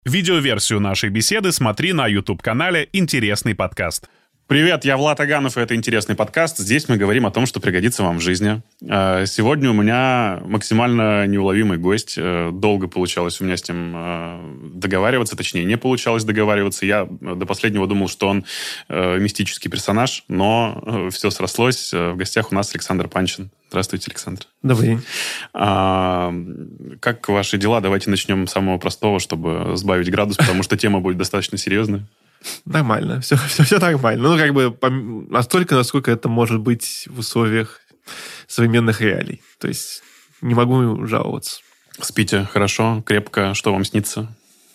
Видеоверсию нашей беседы смотри на YouTube-канале «Интересный подкаст». Привет, я Влад Аганов, и это «Интересный подкаст». Здесь мы говорим о том, что пригодится вам в жизни. Сегодня у меня максимально неуловимый гость. Долго получалось у меня с ним договариваться, точнее, не получалось договариваться. Я до последнего думал, что он мистический персонаж, но все срослось. В гостях у нас Александр Панчин. Здравствуйте, Александр. Добрый день. Как ваши дела? Давайте начнем с самого простого, чтобы сбавить градус, потому что тема будет достаточно серьезная. Нормально, все нормально. Ну, как бы настолько, насколько это может быть в условиях современных реалий. То есть не могу жаловаться. Спите хорошо, крепко. Что вам снится?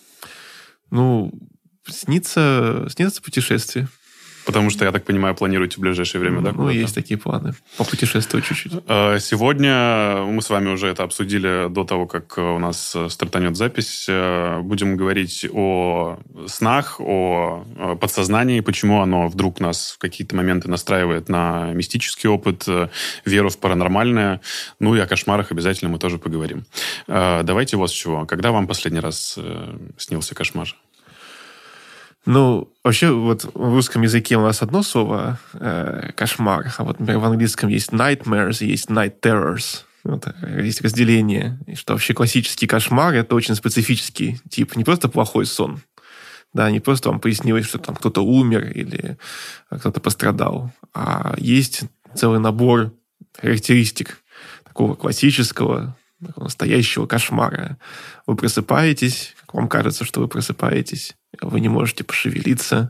Ну, снится путешествие. Потому что, я так понимаю, планируете в ближайшее время, да? Ну, есть такие планы. Попутешествовать чуть-чуть. Сегодня мы с вами уже это обсудили до того, как у нас стартанет запись. Будем говорить о снах, о подсознании, почему оно вдруг нас в какие-то моменты настраивает на мистический опыт, веру в паранормальное. Ну и о кошмарах обязательно мы тоже поговорим. Давайте вот с чего. Когда вам последний раз снился кошмар? Ну, вообще, вот в русском языке у нас одно слово «кошмар», а вот, например, в английском есть nightmares, есть night terrors. Вот, есть разделение. И что вообще классический кошмар – это очень специфический тип. Не просто плохой сон, да, не просто вам пояснилось, что там кто-то умер или кто-то пострадал, а есть целый набор характеристик такого классического, такого настоящего кошмара. Вы просыпаетесь, как вам кажется, что вы просыпаетесь, вы не можете пошевелиться,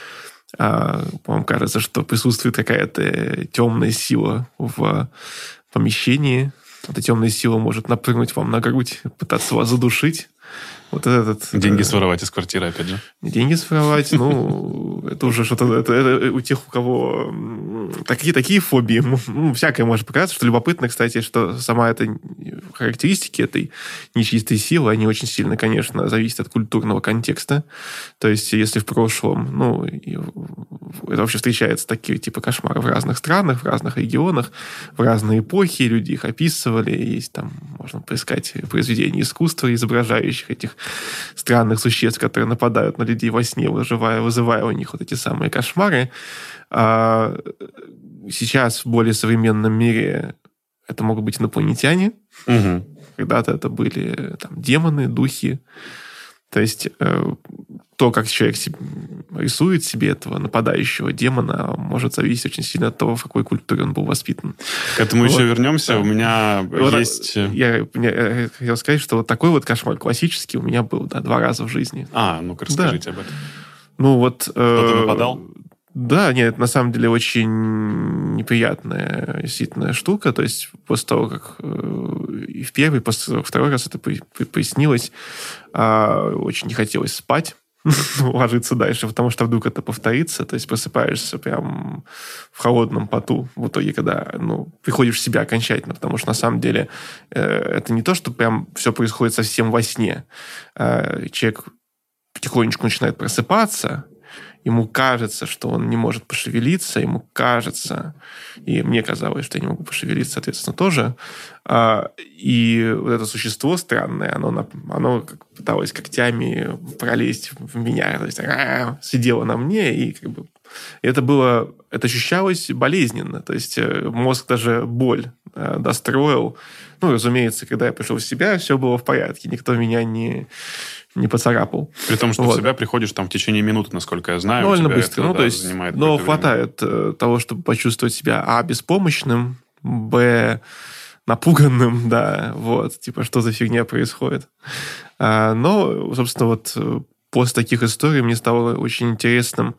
вам кажется, что присутствует какая-то темная сила в помещении. Эта темная сила может напрыгнуть вам на грудь, пытаться вас задушить. Вот этот... Деньги своровать из квартиры, опять же. Деньги своровать, ну, это уже что-то... Это у тех, у кого такие фобии. Всякое может показаться, что любопытно, кстати, что сама эта характеристики этой нечистой силы, они очень сильно, конечно, зависят от культурного контекста. То есть, если в прошлом, ну, это вообще встречается такие типа кошмары в разных странах, в разных регионах, в разные эпохи, люди их описывали, есть там, можно поискать произведения искусства, изображающих этих странных существ, которые нападают на людей во сне, вызывая у них вот эти самые кошмары. А сейчас в более современном мире это могут быть инопланетяне. Угу. Когда-то это были там, демоны, духи. То есть то, как человек рисует себе этого нападающего демона, может зависеть очень сильно от того, в какой культуре он был воспитан. К этому вот, еще вернемся. Да. У меня есть... Я хотел сказать, что вот такой вот кошмар классический у меня был 2 раза в жизни. Ну-ка, расскажите об этом. Ну вот... Кто-то нападал? Да, нет, на самом деле очень неприятная действительно штука. То есть после того, как и в первый, после второй раз это пояснилось, очень не хотелось спать, ложиться дальше, потому что вдруг это повторится. То есть просыпаешься прям в холодном поту в итоге, когда приходишь в себя окончательно, потому что на самом деле это не то, что прям все происходит совсем во сне. Человек потихонечку начинает просыпаться, ему кажется, что он не может пошевелиться, ему кажется, и мне казалось, что я не могу пошевелиться, соответственно, тоже. И вот это существо странное, оно пыталось когтями пролезть в меня, то есть сидело на мне, и как бы это ощущалось болезненно, то есть мозг даже боль достроил. Ну, разумеется, когда я пришел в себя, все было в порядке, никто меня не поцарапал. При том, что в себя приходишь там в течение минуты, насколько я знаю. Довольно быстро. Это, то есть, занимает но хватает того, чтобы почувствовать себя, беспомощным, напуганным, да, вот, типа, что за фигня происходит. Но, собственно, вот после таких историй мне стало очень интересным,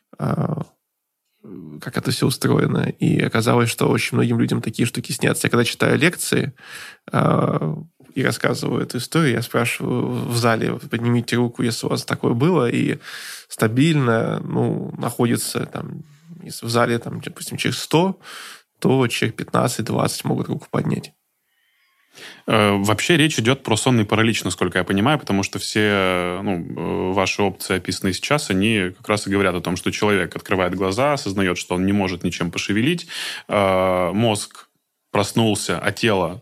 как это все устроено. И оказалось, что очень многим людям такие штуки снятся. Я когда читаю лекции и рассказываю эту историю, я спрашиваю в зале, поднимите руку, если у вас такое было, и стабильно находится там, если в зале, там, допустим, человек 100, то человек 15-20 могут руку поднять. Вообще речь идет про сонный паралич, насколько я понимаю, потому что все ваши опции, описанные сейчас, они как раз и говорят о том, что человек открывает глаза, осознает, что он не может ничем пошевелить, мозг проснулся, а тело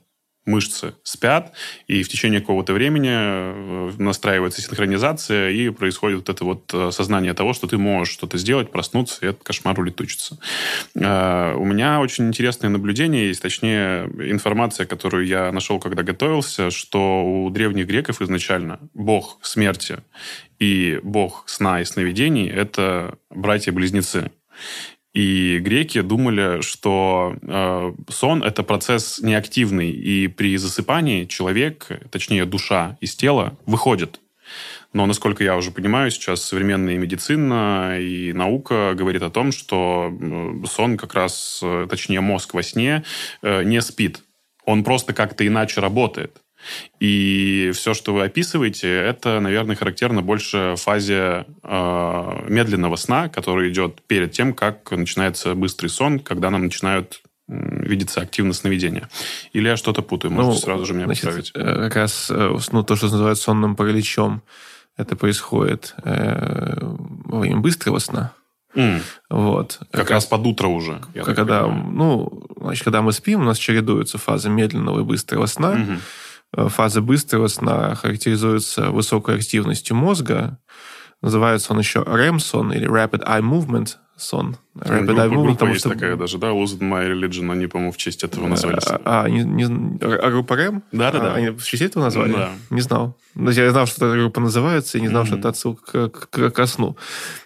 мышцы спят, и в течение какого-то времени настраивается синхронизация, и происходит вот это вот осознание того, что ты можешь что-то сделать, проснуться, и этот кошмар улетучится. У меня очень интересное наблюдение есть, точнее, информация, которую я нашел, когда готовился, что у древних греков изначально бог смерти и бог сна и сновидений – это братья-близнецы. И греки думали, что сон – это процесс неактивный, и при засыпании человек, точнее душа из тела, выходит. Но, насколько я уже понимаю, сейчас современная медицина и наука говорит о том, что сон как раз, точнее мозг во сне, не спит. Он просто как-то иначе работает. И все, что вы описываете, это, наверное, характерно больше фазе медленного сна, который идет перед тем, как начинается быстрый сон, когда нам начинают видеться активно сновидения. Или я что-то путаю, можете сразу же меня поправить. Как раз то, что называют сонным параличом, это происходит во время быстрого сна. Вот. Как раз под утро уже. Когда мы спим, у нас чередуются фазы медленного и быстрого сна. Фаза быстрого сна характеризуется высокой активностью мозга. Называется он еще REM-сон или Rapid Eye Movement сон. Группа есть такая даже, да? Losing My Religion, они, по-моему, в честь этого назвались. Группа REM? Да. Они в честь этого назвали? Да. Не знал. Я знал, что эта группа называется, и не знал, что это отсылка ко сну.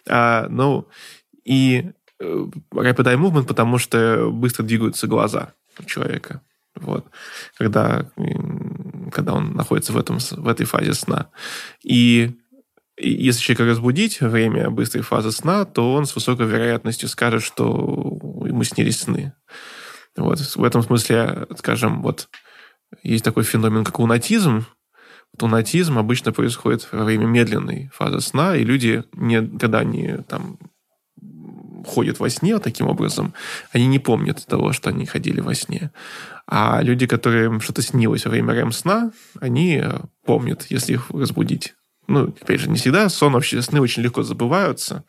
И Rapid Eye Movement, потому что быстро двигаются глаза у человека. Вот. Когда он находится в этой фазе сна. И если человека разбудить во время быстрой фазы сна, то он с высокой вероятностью скажет, что ему снились сны. Вот. В этом смысле, скажем, есть такой феномен, как лунатизм. Лунатизм обычно происходит во время медленной фазы сна, и люди, когда они ходят во сне таким образом, они не помнят того, что они ходили во сне. А люди, которым что-то снилось во время REM-сна, они помнят, если их разбудить. Опять же, не всегда сны очень легко забываются,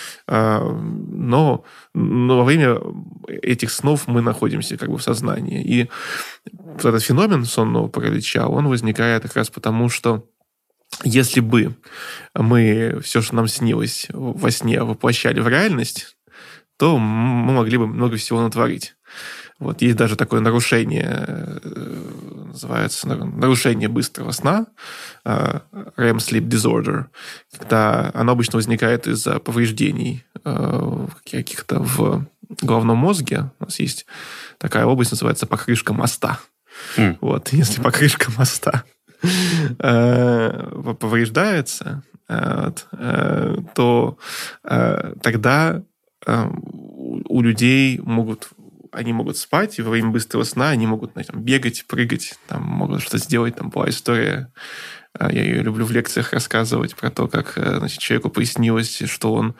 но во время этих снов мы находимся в сознании. И этот феномен сонного паралича, он возникает как раз потому, что если бы мы все, что нам снилось во сне, воплощали в реальность, то мы могли бы много всего натворить. Есть даже такое нарушение, называется нарушение быстрого сна, REM Sleep Disorder, когда оно обычно возникает из-за повреждений каких-то в головном мозге. У нас есть такая область, называется покрышка моста. Если покрышка моста повреждается, то тогда у людей они могут спать, и во время быстрого сна они могут бегать, прыгать, могут что-то сделать. Там была история, я ее люблю в лекциях рассказывать, про то, как человеку приснилось, что он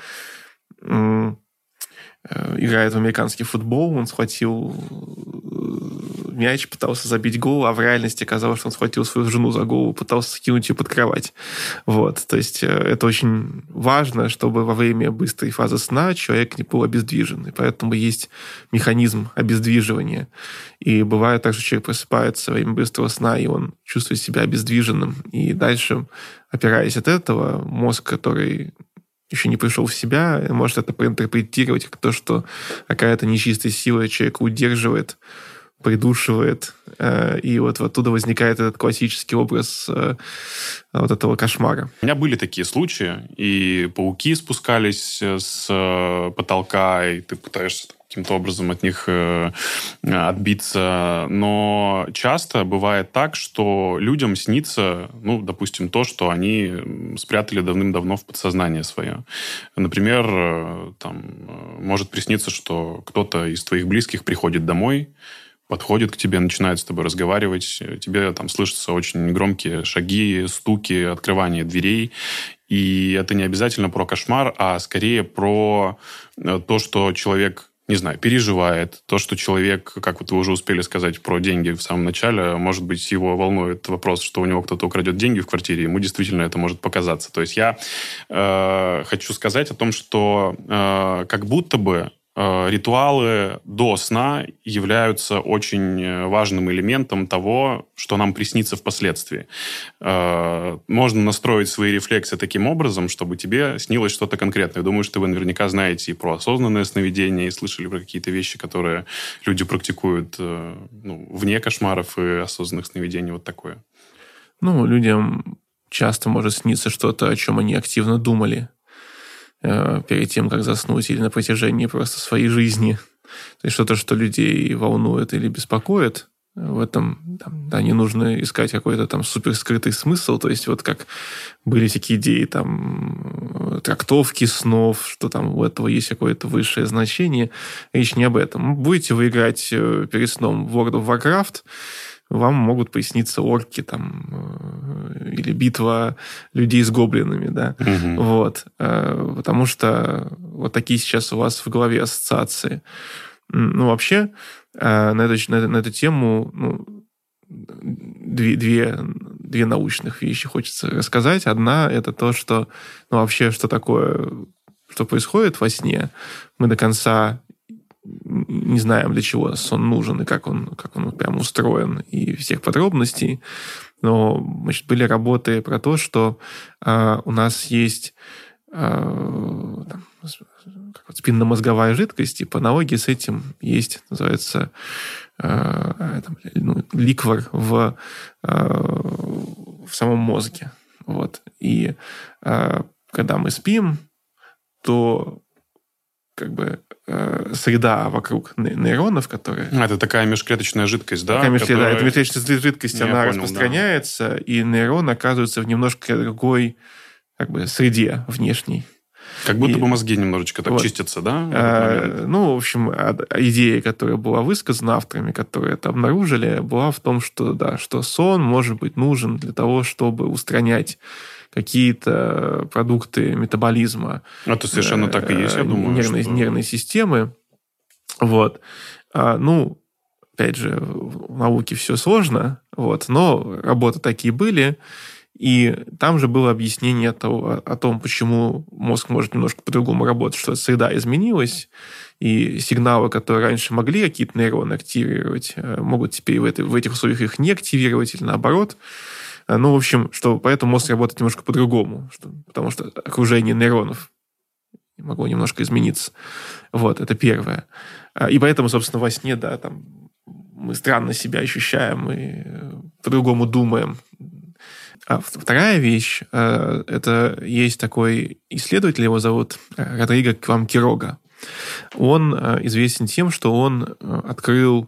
играет в американский футбол, он схватил мяч, пытался забить гол, а в реальности оказалось, что он схватил свою жену за голову, пытался скинуть ее под кровать. То есть это очень важно, чтобы во время быстрой фазы сна человек не был обездвижен. И поэтому есть механизм обездвиживания. И бывает так, что человек просыпается во время быстрого сна, и он чувствует себя обездвиженным. И дальше, опираясь от этого, мозг, который еще не пришел в себя, может это проинтерпретировать как то, что какая-то нечистая сила человека удерживает, придушивает, и оттуда возникает этот классический образ этого кошмара. У меня были такие случаи, и пауки спускались с потолка, и ты пытаешься каким-то образом от них отбиться. Но часто бывает так, что людям снится, допустим, то, что они спрятали давным-давно в подсознание свое. Например, может присниться, что кто-то из твоих близких приходит домой, подходит к тебе, начинает с тобой разговаривать, тебе слышатся очень громкие шаги, стуки, открывание дверей. И это не обязательно про кошмар, а скорее про то, что человек, не знаю, переживает. То, что человек, как вы уже успели сказать про деньги в самом начале, может быть, его волнует вопрос, что у него кто-то украдет деньги в квартире, ему действительно это может показаться. То есть я хочу сказать о том, что как будто бы ритуалы до сна являются очень важным элементом того, что нам приснится впоследствии. Можно настроить свои рефлексы таким образом, чтобы тебе снилось что-то конкретное. Я думаю, что вы наверняка знаете и про осознанное сновидение, и слышали про какие-то вещи, которые люди практикуют вне кошмаров и осознанных сновидений. Вот такое. Людям часто может сниться что-то, о чем они активно думали перед тем, как заснуть, или на протяжении просто своей жизни. То есть что-то, что людей волнует или беспокоит. В этом не нужно искать какой-то там суперскрытый смысл. То есть вот как были такие идеи трактовки снов, что там у этого есть какое-то высшее значение. Речь не об этом. Будете вы играть перед сном в World of Warcraft, вам могут присниться орки или битва людей с гоблинами, да. Угу. Вот. Потому что вот такие сейчас у вас в голове ассоциации. Вообще, на эту тему две научных вещи хочется рассказать. Одна – это то, что вообще, что такое, что происходит во сне, мы до конца не знаем, для чего сон нужен и как он прям устроен, и всех подробностей. Но, были работы про то, что у нас есть спинномозговая жидкость, и по аналогии с этим есть, называется, ликвор в самом мозге. Вот. И когда мы спим, то среда вокруг нейронов, которые... Это такая межклеточная жидкость, да? Эта межклеточная жидкость, она распространяется, да. И нейрон оказывается в немножко другой среде внешней. Как будто бы мозги немножечко так чистятся, да? В общем, идея, которая была высказана авторами, которые это обнаружили, была в том, что, да, что сон может быть нужен для того, чтобы устранять какие-то продукты метаболизма. Это совершенно так и есть, я думаю. Нервной системы. Вот. Опять же, в науке все сложно, но работы такие были. И там же было объяснение о том, почему мозг может немножко по-другому работать, что среда изменилась, и сигналы, которые раньше могли какие-то нейроны активировать, могут теперь в этих условиях их не активировать или наоборот. В общем, что поэтому мозг работает немножко по-другому, потому что окружение нейронов могло немножко измениться. Вот, это первое. И поэтому, собственно, во сне, да, мы странно себя ощущаем и по-другому думаем. А вторая вещь, это есть такой исследователь, его зовут Родриго Квамкирога. Он известен тем, что он открыл,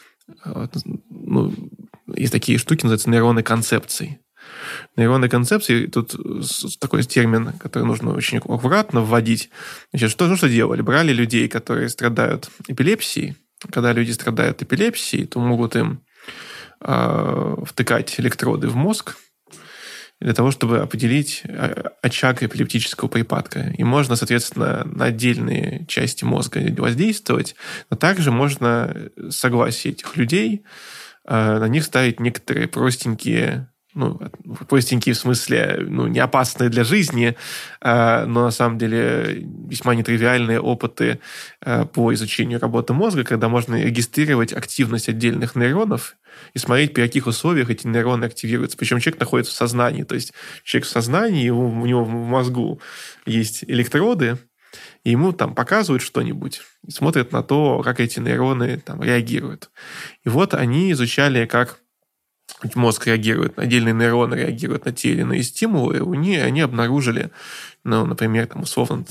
есть такие штуки, называются нейроны концепций. Нейроны концепции, тут такой термин, который нужно очень аккуратно вводить. Значит, что делали? Брали людей, которые страдают эпилепсией. Когда люди страдают эпилепсией, то могут им втыкать электроды в мозг, для того, чтобы определить очаг эпилептического припадка. И можно, соответственно, на отдельные части мозга воздействовать, но также можно с согласия этих людей на них ставить некоторые простенькие в смысле, не опасные для жизни, но на самом деле весьма нетривиальные опыты по изучению работы мозга, когда можно регистрировать активность отдельных нейронов и смотреть, при каких условиях эти нейроны активируются. Причем человек находится в сознании. То есть человек в сознании, у него в мозгу есть электроды, и ему показывают что-нибудь и смотрят на то, как эти нейроны реагируют. И вот они изучали, как мозг реагирует, отдельные нейроны реагируют на те или иные стимулы, и они обнаружили, например, условно,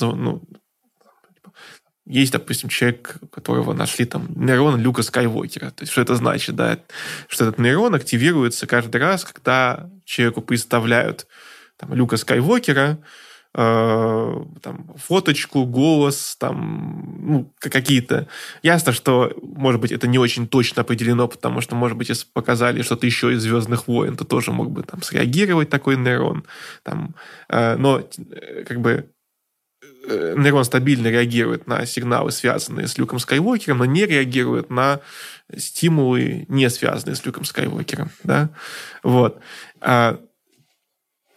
есть, допустим, человек, у которого нашли нейрон Люка Скайуокера. То есть, что это значит, да? Что этот нейрон активируется каждый раз, когда человеку представляют Люка Скайуокера, фоточку, голос, какие-то... Ясно, что, может быть, это не очень точно определено, потому что, может быть, если показали что-то еще из «Звездных войн», то тоже мог бы среагировать такой нейрон. Но нейрон стабильно реагирует на сигналы, связанные с Люком Скайуокером, но не реагирует на стимулы, не связанные с Люком Скайуокером. Да? Вот.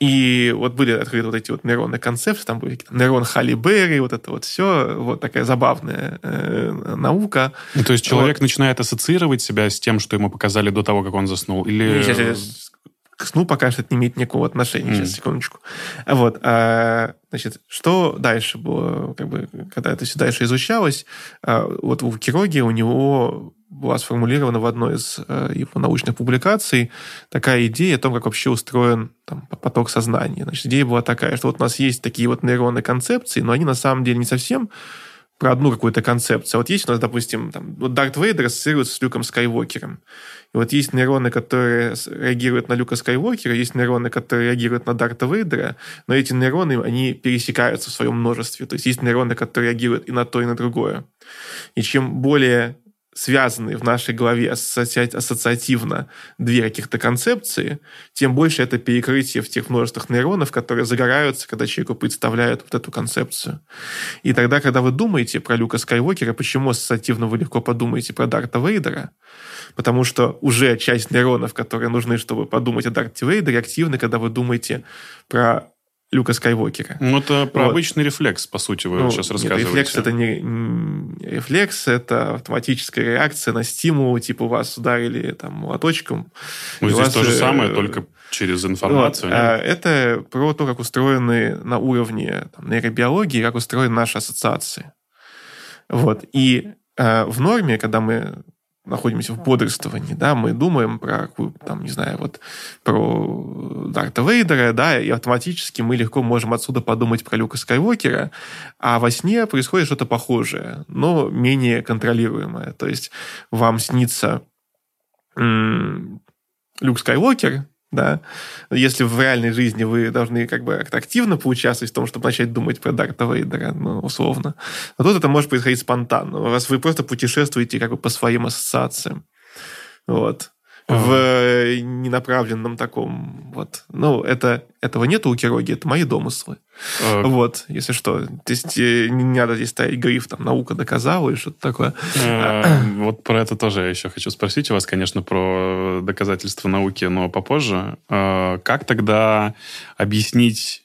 И вот были открыты вот эти вот нейронные концепции, там были нейрон Халли-Берри, вот это вот все, вот такая забавная наука. Ну, то есть человек начинает ассоциировать себя с тем, что ему показали до того, как он заснул? Или... Сейчас к сну пока что это не имеет никакого отношения. Сейчас, секундочку. Вот. Значит, что дальше было, как бы, когда это все дальше изучалось, вот у Кироги у него была сформулирована в одной из его научных публикаций такая идея о том, как вообще устроен там, поток сознания. Значит, идея была такая, что вот у нас есть такие вот нейронные концепции, но они на самом деле не совсем про одну какую-то концепцию. Вот есть у нас, допустим, там, вот Дарт Вейдер ассоциируется с Люком Скайуокером. И вот есть нейроны, которые реагируют на Люка Скайуокера, есть нейроны, которые реагируют на Дарта Вейдера, но эти нейроны, они пересекаются в своем множестве. То есть есть нейроны, которые реагируют и на то, и на другое. И чем более связанные в нашей голове ассоциативно две каких-то концепции, тем больше это перекрытие в тех множествах нейронов, которые загораются, когда человеку представляют вот эту концепцию. И тогда, когда вы думаете про Люка Скайуокера, почему ассоциативно вы легко подумаете про Дарта Вейдера? Потому что уже часть нейронов, которые нужны, чтобы подумать о Дарте Вейдере, активны, когда вы думаете про Люка Скайуокера. Ну, это про обычный рефлекс, по сути, вы сейчас рассказываете. Рефлекс – это не рефлекс, это автоматическая реакция на стимул, типа вас ударили там молоточком. Ну, здесь то же самое, только через информацию. Вот. Это про то, как устроены на уровне там, нейробиологии, как устроены наши ассоциации. Вот. И в норме, когда мы находимся в бодрствовании, да, мы думаем про, там, не знаю, вот, про Дарта Вейдера, да, и автоматически мы легко можем отсюда подумать про Люка Скайуокера, а во сне происходит что-то похожее, но менее контролируемое. То есть вам снится Люк Скайуокер, да, если в реальной жизни вы должны как бы активно поучаствовать в том, чтобы начать думать про Дарта Вейдера, ну, условно, а тут это может происходить спонтанно. Вы просто путешествуете как бы по своим ассоциациям. Вот. В ненаправленном таком вот. Ну, этого нету у Кироги, это мои домыслы. Вот, если что. То есть не надо здесь ставить гриф, там, наука доказала или что-то такое. Вот про это тоже я еще хочу спросить у вас, конечно, про доказательства науки, но попозже. Как тогда объяснить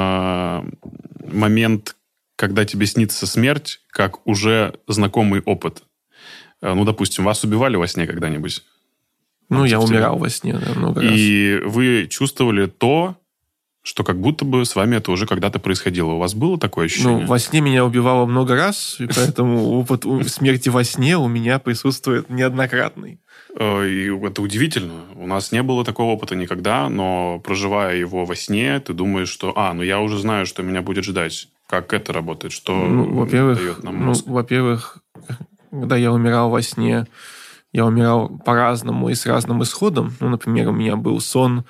момент, когда тебе снится смерть, как уже знакомый опыт? Ну, допустим, вас убивали во сне когда-нибудь? Ну, я умирал во сне, да, много раз. И вы чувствовали то, что как будто бы с вами это уже когда-то происходило. У вас было такое ощущение? Ну, во сне меня убивало много раз, и поэтому опыт смерти во сне у меня присутствует неоднократный. И это удивительно. У нас не было такого опыта никогда, но проживая его во сне, ты думаешь, что ну я уже знаю, что меня будет ждать. Как это работает? Что дает нам мозг? Во-первых, когда я умирал во сне, я умирал по-разному и с разным исходом. Ну, например, у меня был сон,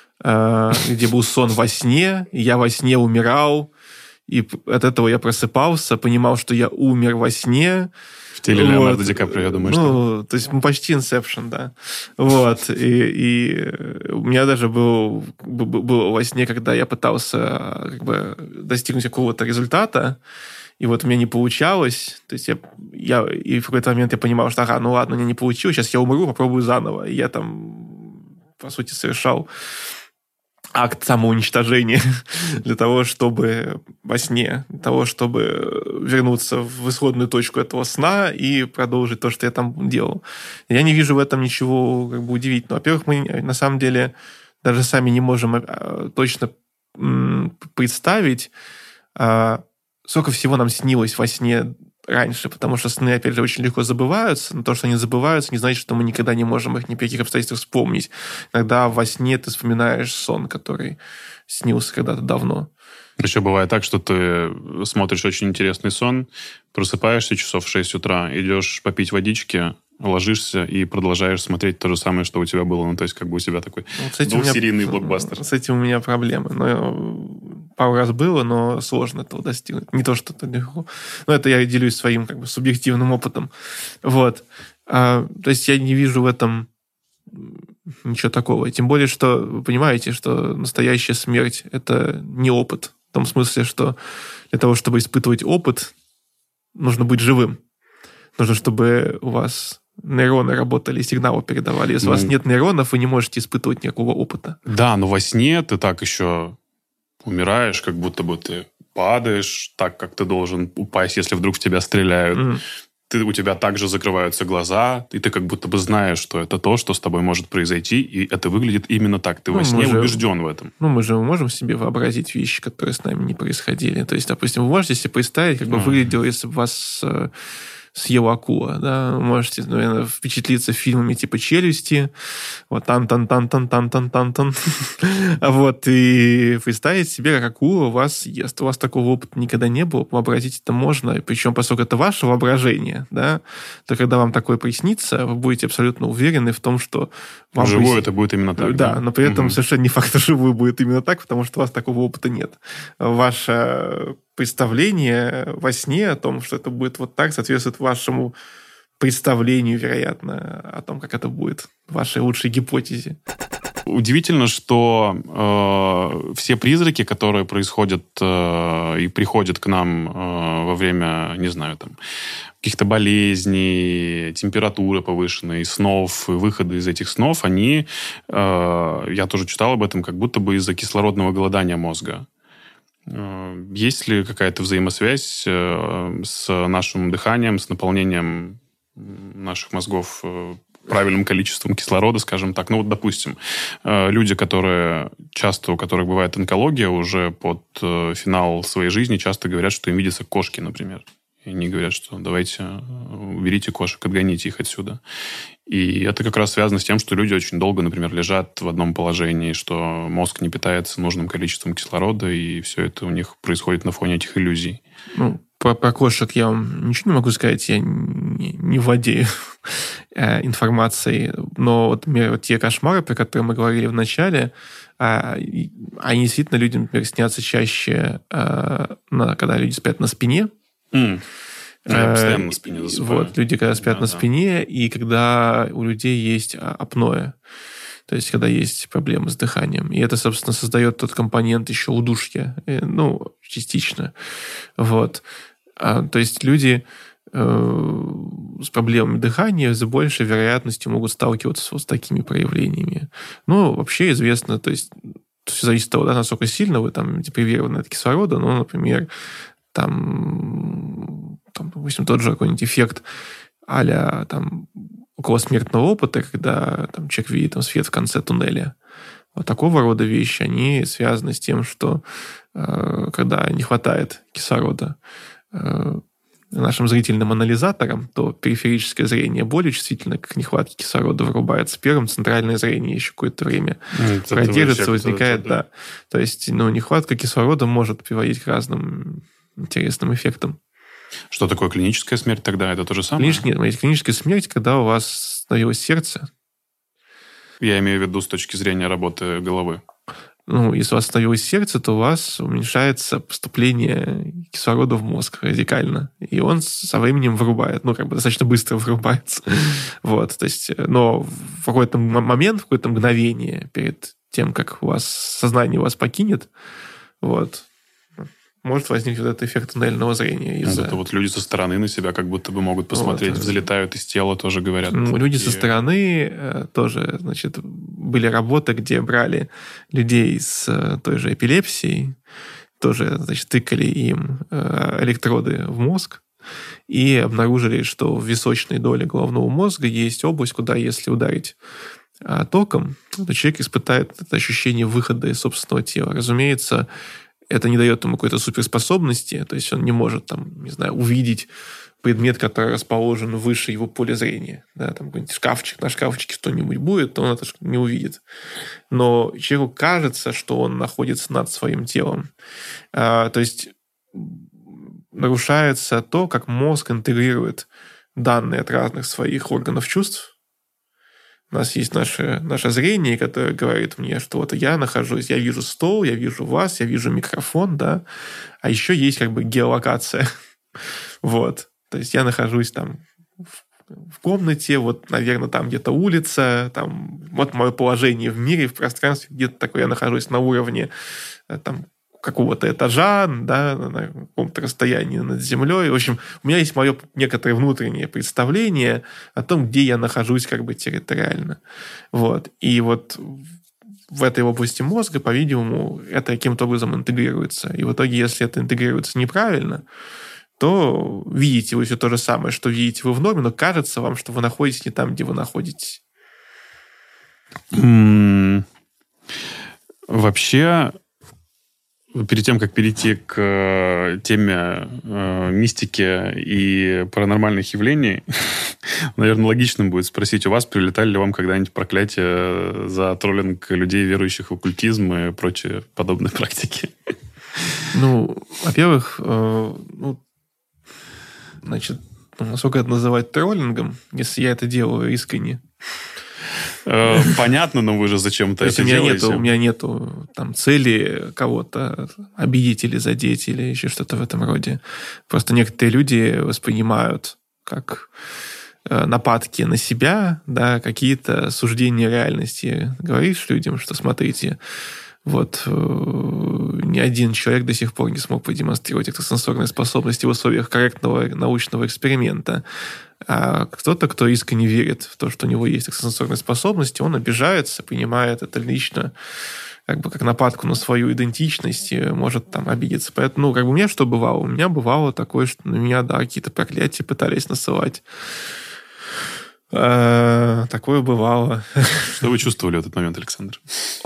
где был сон во сне, и я во сне умирал, и от этого я просыпался, понимал, что я умер во сне. В теле Леонардо Ди Каприо, я думаю, что... То есть почти Инсепшн, да. Вот. И у меня даже было во сне, когда я пытался как бы достигнуть какого-то результата, и вот у меня не получалось. То есть я и в какой-то момент я понимал, что ну ладно, у меня не получилось, сейчас я умру, попробую заново. И я там, по сути, совершал акт самоуничтожения для того, чтобы во сне, для того, чтобы вернуться в исходную точку этого сна и продолжить то, что я там делал. Я не вижу в этом ничего как бы удивительного. Во-первых, мы на самом деле даже сами не можем точно представить, сколько всего нам снилось во сне раньше, потому что сны, опять же, очень легко забываются, но то, что они забываются, не значит, что мы никогда не можем их ни при каких обстоятельствах вспомнить. Иногда во сне ты вспоминаешь сон, который снился когда-то давно. Еще бывает так, что ты смотришь очень интересный сон, просыпаешься часов в 6 утра, идешь попить водички, ложишься и продолжаешь смотреть то же самое, что у тебя было. Ну, то есть, как бы у тебя такой двухсерийный блокбастер. С этим у меня проблемы. Пару раз было, но сложно этого достигнуть. Не то, что это легко. Но это я делюсь своим как бы субъективным опытом. Вот. То есть, я не вижу в этом ничего такого. И тем более, что вы понимаете, что настоящая смерть – это не опыт. В том смысле, что для того, чтобы испытывать опыт, нужно быть живым. Нужно, чтобы у вас нейроны работали, сигналы передавали. Если у вас нет нейронов, вы не можете испытывать никакого опыта. Да, но во сне ты так еще умираешь, как будто бы ты падаешь так, как ты должен упасть, если вдруг в тебя стреляют. У тебя также закрываются глаза, и ты как будто бы знаешь, что это то, что с тобой может произойти, и это выглядит именно так. Ты во сне убежден в этом. Мы же можем себе вообразить вещи, которые с нами не происходили. То есть, допустим, вы можете себе представить, как бы выглядело, если бы вас съела акула, да, можете, наверное, впечатлиться фильмами типа «Челюсти», вот тан-тан-тан-тан-тан-тан-тан-тан, вот, и представить себе, как акула вас ест. У вас такого опыта никогда не было, вообразить это можно, причем, поскольку это ваше воображение, да, то когда вам такое приснится, вы будете абсолютно уверены в том, что вам вживую это будет именно так. Да, но при этом совершенно не факт, что вживую будет именно так, потому что у вас такого опыта нет. Ваше представление во сне о том, что это будет вот так, соответствует вашему представлению, вероятно, о том, как это будет, вашей лучшей гипотезе. Удивительно, что все призраки, которые происходят и приходят к нам во время, не знаю, там, каких-то болезней, температуры повышенной, снов, выхода из этих снов, они, я тоже читал об этом, как будто бы из-за кислородного голодания мозга. Есть ли какая-то взаимосвязь с нашим дыханием, с наполнением наших мозгов правильным количеством кислорода, скажем так? Ну вот, допустим, люди, у которых бывает онкология, уже под финал своей жизни часто говорят, что им видятся кошки, например. И они говорят, что давайте уберите кошек, отгоните их отсюда. И это как раз связано с тем, что люди очень долго, например, лежат в одном положении, что мозг не питается нужным количеством кислорода, и все это у них происходит на фоне этих иллюзий. Ну, про кошек я вам ничего не могу сказать, я не владею информацией, но вот, например, вот те кошмары, про которые мы говорили в начале, они действительно людям, например, снятся чаще, когда люди спят на спине. Я постоянно на спине засыпаю. Вот, люди, когда спят на спине, и когда у людей есть апноэ. То есть, когда есть проблемы с дыханием. И это, собственно, создает тот компонент еще удушья. Ну, частично. Вот. То есть, люди с проблемами дыхания с большей вероятностью могут сталкиваться с такими проявлениями. Ну, вообще известно, то есть, все зависит от того, насколько сильно вы там депривированы от кислорода. Ну, например, там, допустим, тот же какой-нибудь эффект а-ля там околосмертного опыта, когда там, человек видит там, свет в конце туннеля. Вот такого рода вещи, они связаны с тем, что когда не хватает кислорода нашим зрительным анализаторам, то периферическое зрение более чувствительно к нехватке кислорода вырубается первым, центральное зрение еще какое-то время продержится, возникает, да. То есть, нехватка кислорода может приводить к разным интересным эффектам. Что такое клиническая смерть тогда? Это то же самое? Клиническая смерть, когда у вас остановилось сердце. Я имею в виду с точки зрения работы головы. Если у вас остановилось сердце, то у вас уменьшается поступление кислорода в мозг радикально. И он со временем вырубает. Достаточно быстро вырубается. Вот, то есть, но в какой-то момент, в какое-то мгновение перед тем, как сознание вас покинет, вот, может возникнуть этот эффект туннельного зрения. Это вот люди со стороны на себя как будто бы могут посмотреть, взлетают из тела, тоже говорят. Люди со стороны тоже, значит, были работы, где брали людей с той же эпилепсией, тоже, значит, тыкали им электроды в мозг и обнаружили, что в височной доле головного мозга есть область, куда, если ударить током, то человек испытает это ощущение выхода из собственного тела. Разумеется, это не дает ему какой-то суперспособности, то есть он не может, увидеть предмет, который расположен выше его поля зрения. Да, там какой-нибудь шкафчик, на шкафчике что-нибудь будет, то он это не увидит. Но человеку кажется, что он находится над своим телом. То есть нарушается то, как мозг интегрирует данные от разных своих органов чувств. У нас есть наше зрение, которое говорит мне, что вот я вижу стол, я вижу вас, я вижу микрофон, да, а еще есть геолокация. Вот. То есть я нахожусь там в комнате, вот, наверное, там где-то улица, там вот мое положение в мире, в пространстве, где-то такое я нахожусь на уровне там какого-то этажа, да, на каком-то расстоянии над землей. В общем, у меня есть мое некоторое внутреннее представление о том, где я нахожусь как бы территориально. Вот. И вот в этой области мозга, по-видимому, это каким-то образом интегрируется. И в итоге, если это интегрируется неправильно, то видите вы все то же самое, что видите вы в норме, но кажется вам, что вы находитесь не там, где вы находитесь. Вообще, перед тем, как перейти к теме мистики и паранормальных явлений, наверное, логичным будет спросить у вас, прилетали ли вам когда-нибудь проклятия за троллинг людей, верующих в оккультизм и прочие подобные практики? Ну, во-первых, значит, насколько это называть троллингом, если я это делаю искренне? Понятно, но вы же зачем-то это делаете. У меня нету там цели кого-то обидеть или задеть, или еще что-то в этом роде. Просто некоторые люди воспринимают как нападки на себя, да, какие-то суждения реальности. Говоришь людям, что смотрите, вот ни один человек до сих пор не смог продемонстрировать экстрасенсорные способности в условиях корректного научного эксперимента. А кто-то, кто искренне верит в то, что у него есть экстрасенсорные способности, он обижается, понимает это лично, как бы как нападку на свою идентичность, и может там обидеться. Поэтому, у меня что бывало? У меня бывало такое, что на меня, да, какие-то проклятия пытались насылать. Такое бывало. Что вы чувствовали в этот момент, Александр?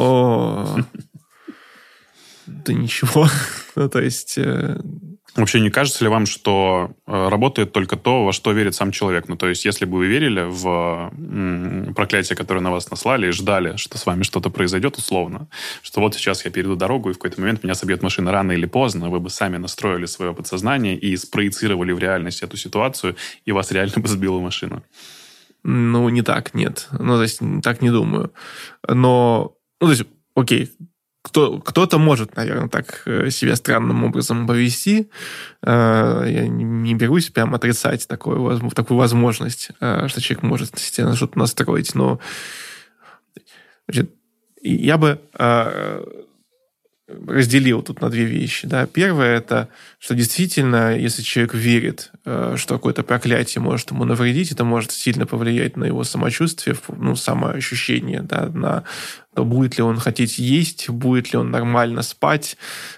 Да ничего. То есть... Вообще, не кажется ли вам, что работает только то, во что верит сам человек? Ну, то есть, если бы вы верили в проклятие, которое на вас наслали, и ждали, что с вами что-то произойдет условно, что вот сейчас я перейду дорогу, и в какой-то момент меня собьет машина рано или поздно, вы бы сами настроили свое подсознание и спроецировали в реальность эту ситуацию, и вас реально бы сбила машина. Ну, не так, нет. Ну, то есть, так не думаю. Но, то есть, окей, кто-то может, наверное, так себя странным образом повести. Я не берусь прям отрицать такую возможность, что человек может себя на что-то настроить. Но значит, я бы разделил тут на две вещи. Да. Первое – это, что действительно, если человек верит, что какое-то проклятие может ему навредить, это может сильно повлиять на его самочувствие, самоощущение, да, на то, будет ли он хотеть есть, будет ли он нормально спать,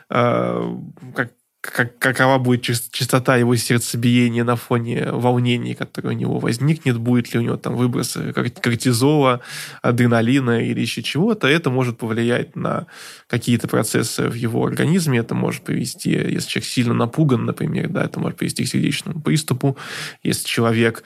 какова будет частота его сердцебиения на фоне волнений, которые у него возникнет, будет ли у него там выбросы кортизола, адреналина или еще чего-то. Это может повлиять на какие-то процессы в его организме. Это может привести, если человек сильно напуган, например, да, это может привести к сердечному приступу. Если человек...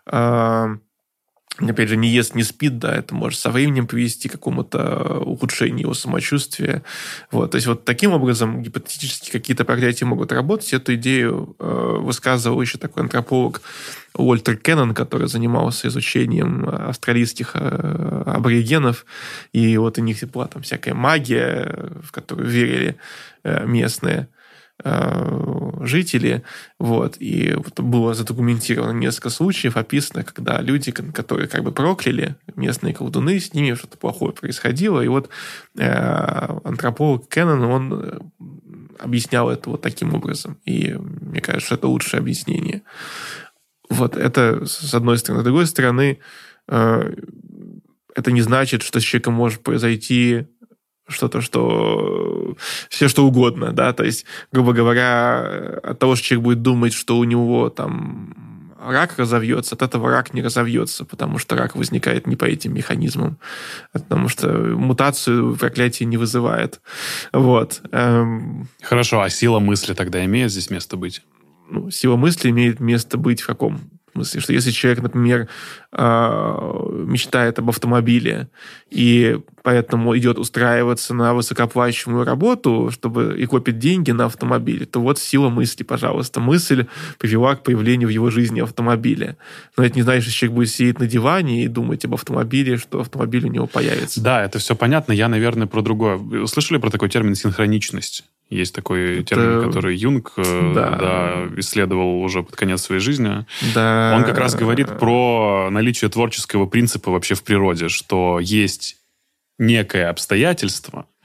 опять же, не ест, не спит, да, это может со временем привести к какому-то ухудшению его самочувствия. Вот. То есть вот таким образом гипотетически какие-то проклятия могут работать. Эту идею высказывал еще такой антрополог Уолтер Кеннон, который занимался изучением австралийских аборигенов, и вот у них была там всякая магия, в которую верили местные жители, вот, и было задокументировано несколько случаев, описано, когда люди, которые как бы прокляли, местные колдуны, с ними что-то плохое происходило, и вот антрополог Кеннон, он объяснял это вот таким образом, и мне кажется, что это лучшее объяснение. Вот, это с одной стороны. С другой стороны, это не значит, что с человеком может произойти что-то, что все что угодно, да, то есть, грубо говоря, от того, что человек будет думать, что у него там рак разовьется, от этого рак не разовьется, потому что рак возникает не по этим механизмам, потому что мутацию проклятие не вызывает. Вот. Хорошо, а сила мысли тогда имеет здесь место быть? Ну, сила мысли имеет место быть в каком смысле? Что если человек, например, мечтает об автомобиле и поэтому идет устраиваться на высокооплачиваемую работу, чтобы и копит деньги на автомобиле, то вот сила мысли, пожалуйста. Мысль привела к появлению в его жизни автомобиля. Но это не значит, что человек будет сидеть на диване и думать об автомобиле, что автомобиль у него появится. Да, это все понятно. Я, наверное, про другое. Вы слышали про такой термин «синхроничность»? Есть такой термин, который Юнг исследовал уже под конец своей жизни. Да. Он как раз говорит про наличие творческого принципа вообще в природе, что есть некое обстоятельство,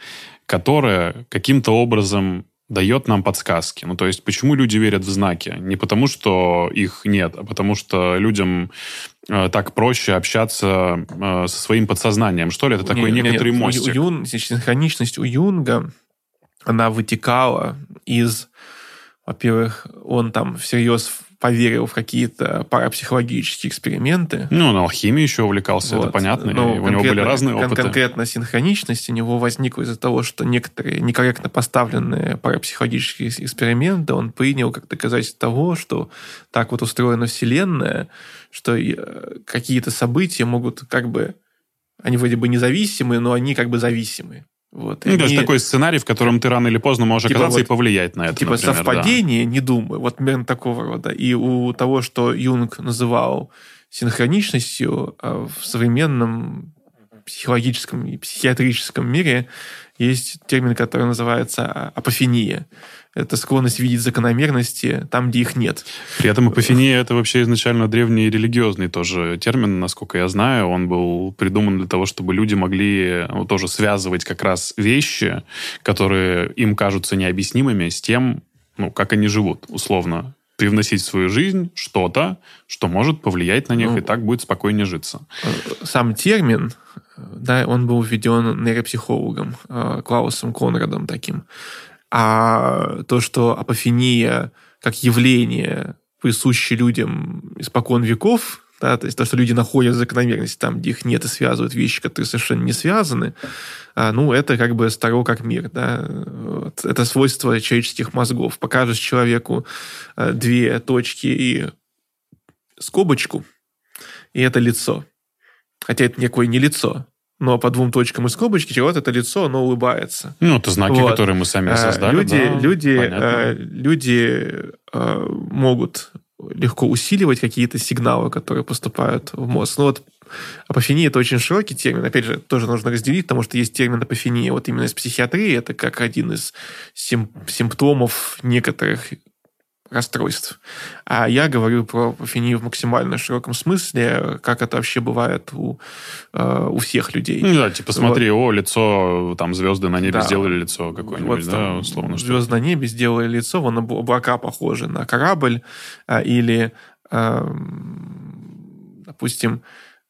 которая каким-то образом дает нам подсказки. Ну, то есть, почему люди верят в знаки? Не потому, что их нет, а потому, что людям так проще общаться со своим подсознанием. Что ли? Это такой некоторый мостик. Синхроничность у Юнга, она вытекала из... Во-первых, он там всерьез поверил в какие-то парапсихологические эксперименты. Ну, он алхимией еще увлекался, это понятно. У него были разные опыты. Конкретно синхроничность у него возникла из-за того, что некоторые некорректно поставленные парапсихологические эксперименты он принял как доказательство того, что так вот устроена Вселенная, что какие-то события могут они вроде бы независимые, но они зависимые. Вот. То есть такой сценарий, в котором ты рано или поздно можешь оказаться и повлиять на это, например. Совпадение, не думаю. Вот примерно такого рода. И у того, что Юнг называл синхроничностью, в современном психологическом и психиатрическом мире есть термин, который называется апофения. Это склонность видеть закономерности там, где их нет. При этом апофения – это вообще изначально древний религиозный тоже термин, насколько я знаю. Он был придуман для того, чтобы люди могли тоже связывать как раз вещи, которые им кажутся необъяснимыми, с тем, как они живут, условно. Привносить в свою жизнь что-то, что может повлиять на них, и так будет спокойнее житься. Сам термин, да, он был введен нейропсихологом Клаусом Конрадом таким. А то, что апофения как явление, присуще людям испокон веков, да, то есть то, что люди находят закономерность там, где их нет, и связывают вещи, которые совершенно не связаны, это старо как мир. Да. Вот. Это свойство человеческих мозгов. Покажешь человеку две точки и скобочку, и это лицо. Хотя это никакое не лицо. Но по двум точкам и скобочке это лицо, оно улыбается. Это знаки, которые мы сами создали. Люди могут легко усиливать какие-то сигналы, которые поступают в мозг. Апофения – это очень широкий термин. Опять же, тоже нужно разделить, потому что есть термин апофения именно из психиатрии. Это как один из симптомов некоторых расстройств. А я говорю про апофению в максимально широком смысле, как это вообще бывает у всех людей. Смотри, лицо, там звезды на небе сделали лицо какое-нибудь, условно. Звезды на небе сделали лицо, облака похожи на корабль, или, допустим,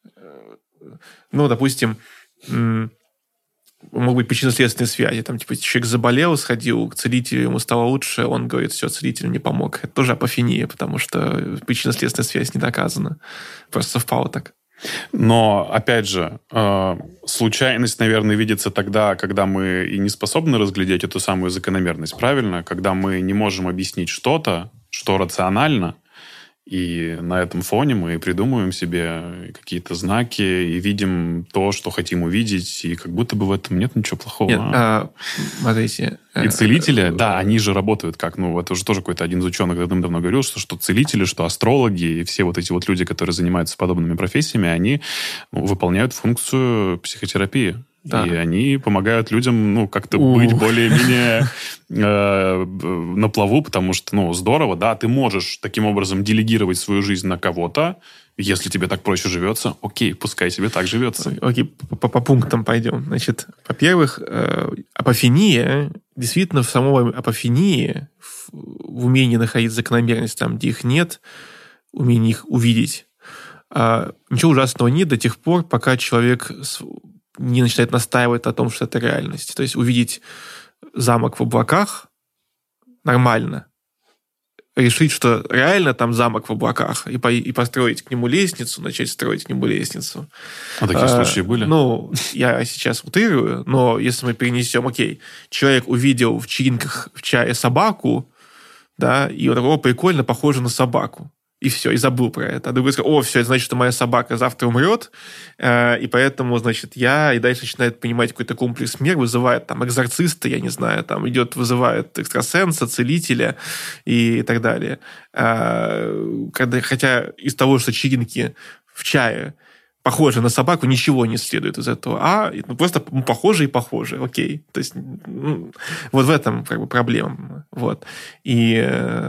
могут быть причинно-следственные связи. Человек заболел, сходил к целителю, ему стало лучше, он говорит, все, целитель мне помог. Это тоже апофения, потому что причинно-следственная связь не доказана. Просто совпало так. Но, опять же, случайность, наверное, видится тогда, когда мы и не способны разглядеть эту самую закономерность, правильно? Когда мы не можем объяснить что-то, что рационально, и на этом фоне мы придумываем себе какие-то знаки и видим то, что хотим увидеть, и как будто бы в этом нет ничего плохого. Нет, смотрите. И целители, они же работают как, это уже тоже какой-то один из ученых давным-давно говорил, что целители, что астрологи и все эти люди, которые занимаются подобными профессиями, они выполняют функцию психотерапии. Да. И они помогают людям, как-то быть более-менее на плаву, потому что, здорово, да, ты можешь таким образом делегировать свою жизнь на кого-то, если тебе так проще живется, окей, пускай тебе так живется. Окей, по пунктам пойдем. Значит, во-первых, апофения, действительно, в самой апофении, в умении находить закономерность там, где их нет, умении их увидеть, ничего ужасного нет до тех пор, пока человек не начинает настаивать о том, что это реальность. То есть увидеть замок в облаках нормально. Решить, что реально там замок в облаках, и построить к нему лестницу, начать строить к нему лестницу. Такие случаи были? Я сейчас утрирую, но если мы перенесем, человек увидел в чаинках в чае собаку, да, и он такой, прикольно, похоже на собаку. И все, и забыл про это. А другой сказал, все, это значит, что моя собака завтра умрет, и поэтому, я, и дальше начинает понимать какой-то комплекс мер, вызывает там экзорциста, я не знаю, вызывает экстрасенса, целителя и так далее. Хотя из того, что чаинки в чае похожи на собаку, ничего не следует из этого. Просто похожи и похожи. Окей. То есть, вот в этом проблема. Вот. И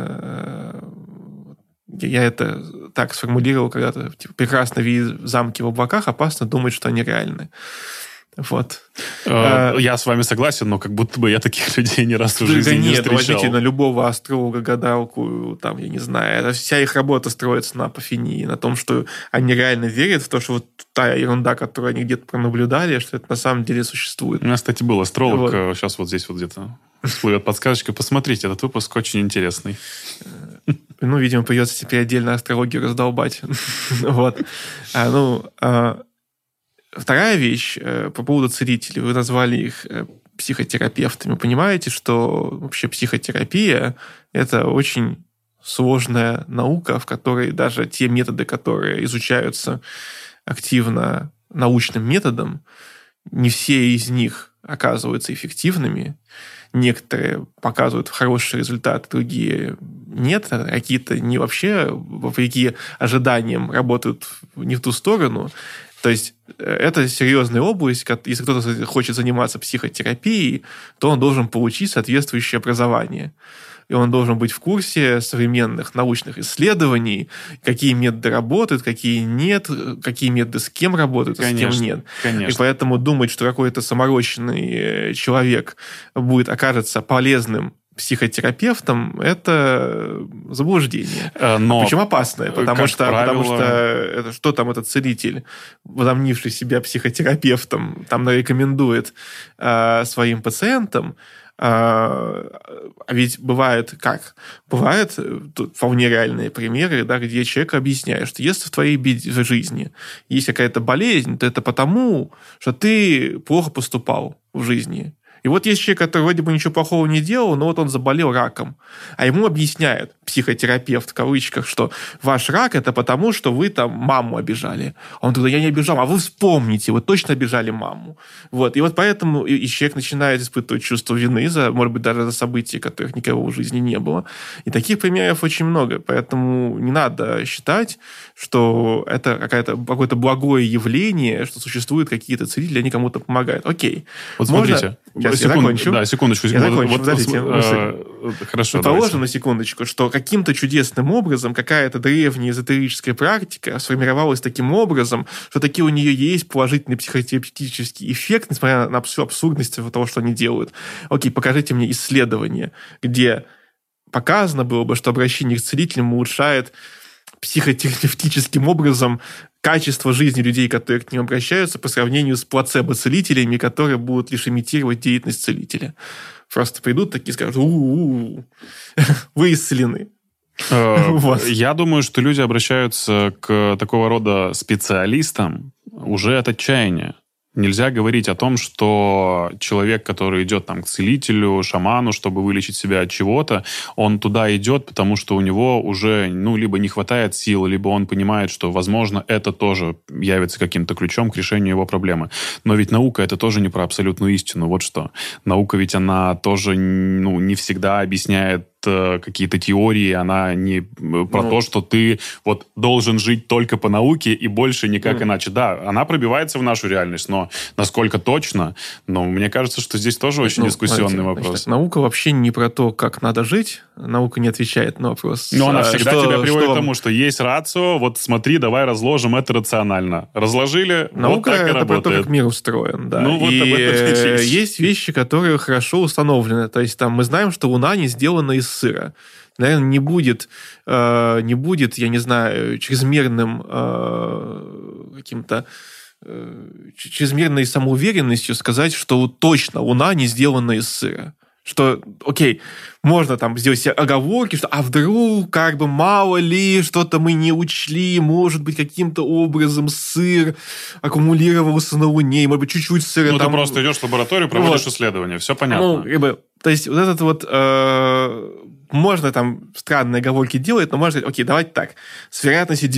я это так сформулировал когда-то. Прекрасно видеть замки в облаках, опасно думать, что они реальны. Вот. Я с вами согласен, но как будто бы я таких людей ни разу в жизни не встречал. Возьмите на любого астролога, гадалку, там, я не знаю, вся их работа строится на апофении, на том, что они реально верят в то, что вот та ерунда, которую они где-то пронаблюдали, что это на самом деле существует. У меня, кстати, был астролог, сейчас вот здесь вот где-то всплывет подсказочка. Посмотрите, этот выпуск очень интересный. Ну, видимо, придется теперь отдельно астрологию раздолбать. Вот. Вторая вещь по поводу целителей. Вы назвали их психотерапевтами. Понимаете, что вообще психотерапия – это очень сложная наука, в которой даже те методы, которые изучаются активно научным методом, не все из них оказываются эффективными. Некоторые показывают хорошие результаты, другие нет. Какие-то не вообще, вопреки ожиданиям, работают не в ту сторону. То есть это серьезная область. Если кто-то хочет заниматься психотерапией, то он должен получить соответствующее образование. И он должен быть в курсе современных научных исследований, какие методы работают, какие нет, какие методы с кем работают, а с кем нет. Конечно. И поэтому думать, что какой-то саморощенный человек окажется полезным психотерапевтом, это заблуждение. Но причем опасное, потому что правило... что там этот целитель, возомнивший себя психотерапевтом, там рекомендует своим пациентам. А ведь бывает как? Бывают тут вполне реальные примеры, да, где человек объясняет, что если в твоей жизни есть какая-то болезнь, то это потому, что ты плохо поступал в жизни. И вот есть человек, который вроде бы ничего плохого не делал, но вот он заболел раком. А ему объясняет психотерапевт, в кавычках, что ваш рак – это потому, что вы там маму обижали. А он говорит, я не обижал, а вы вспомните, вы точно обижали маму. Вот. И вот поэтому и человек начинает испытывать чувство вины, может быть, даже за события, которых никого в жизни не было. И таких примеров очень много. Поэтому не надо считать, что это какое-то благое явление, что существуют какие-то целители, они кому-то помогают. Окей. Вот смотрите. Я закончу. Да, секундочку. Я закончу. Подождите. Хорошо, предположим на секундочку, что каким-то чудесным образом какая-то древняя эзотерическая практика сформировалась таким образом, что таки у нее есть положительный психотерапевтический эффект, несмотря на всю абсурдность того, что они делают. Окей, покажите мне исследование, где показано было бы, что обращение к целителям улучшает психотерапевтическим образом качество жизни людей, которые к ним обращаются, по сравнению с плацебо-целителями, которые будут лишь имитировать деятельность целителя. Просто придут такие и скажут, вы исцелены. Я думаю, что люди обращаются к такого рода специалистам уже от отчаяния. Нельзя говорить о том, что человек, который идет там, к целителю, шаману, чтобы вылечить себя от чего-то, он туда идет, потому что у него уже либо не хватает сил, либо он понимает, что, возможно, это тоже явится каким-то ключом к решению его проблемы. Но ведь наука — это тоже не про абсолютную истину. Вот что. Наука ведь она тоже не всегда объясняет какие-то теории, она не про то, что ты вот должен жить только по науке и больше никак иначе. Да, она пробивается в нашу реальность, но насколько точно? Но мне кажется, что здесь тоже очень дискуссионный вопрос. Значит, наука вообще не про то, как надо жить. Наука не отвечает на вопрос. Но она всегда тебя приводит к тому, что есть рацио, вот смотри, давай разложим это рационально. Разложили, наука вот так и это работает. про то, как мир устроен. Да. Вот об этом речь. Есть вещи, которые хорошо установлены. То есть там мы знаем, что Луна не сделана из сыра. Наверное, не будет, я не знаю, чрезмерной самоуверенностью сказать, что точно Луна не сделана из сыра. Что, окей, можно там сделать себе оговорки, что а вдруг, мало ли, что-то мы не учли, может быть, каким-то образом сыр аккумулировался на Луне, может быть, чуть-чуть сыра ты просто идешь в лабораторию, проводишь исследования, все понятно. То есть вот этот вот можно там странные оговорки делать, но можно сказать, окей, давайте так, с вероятностью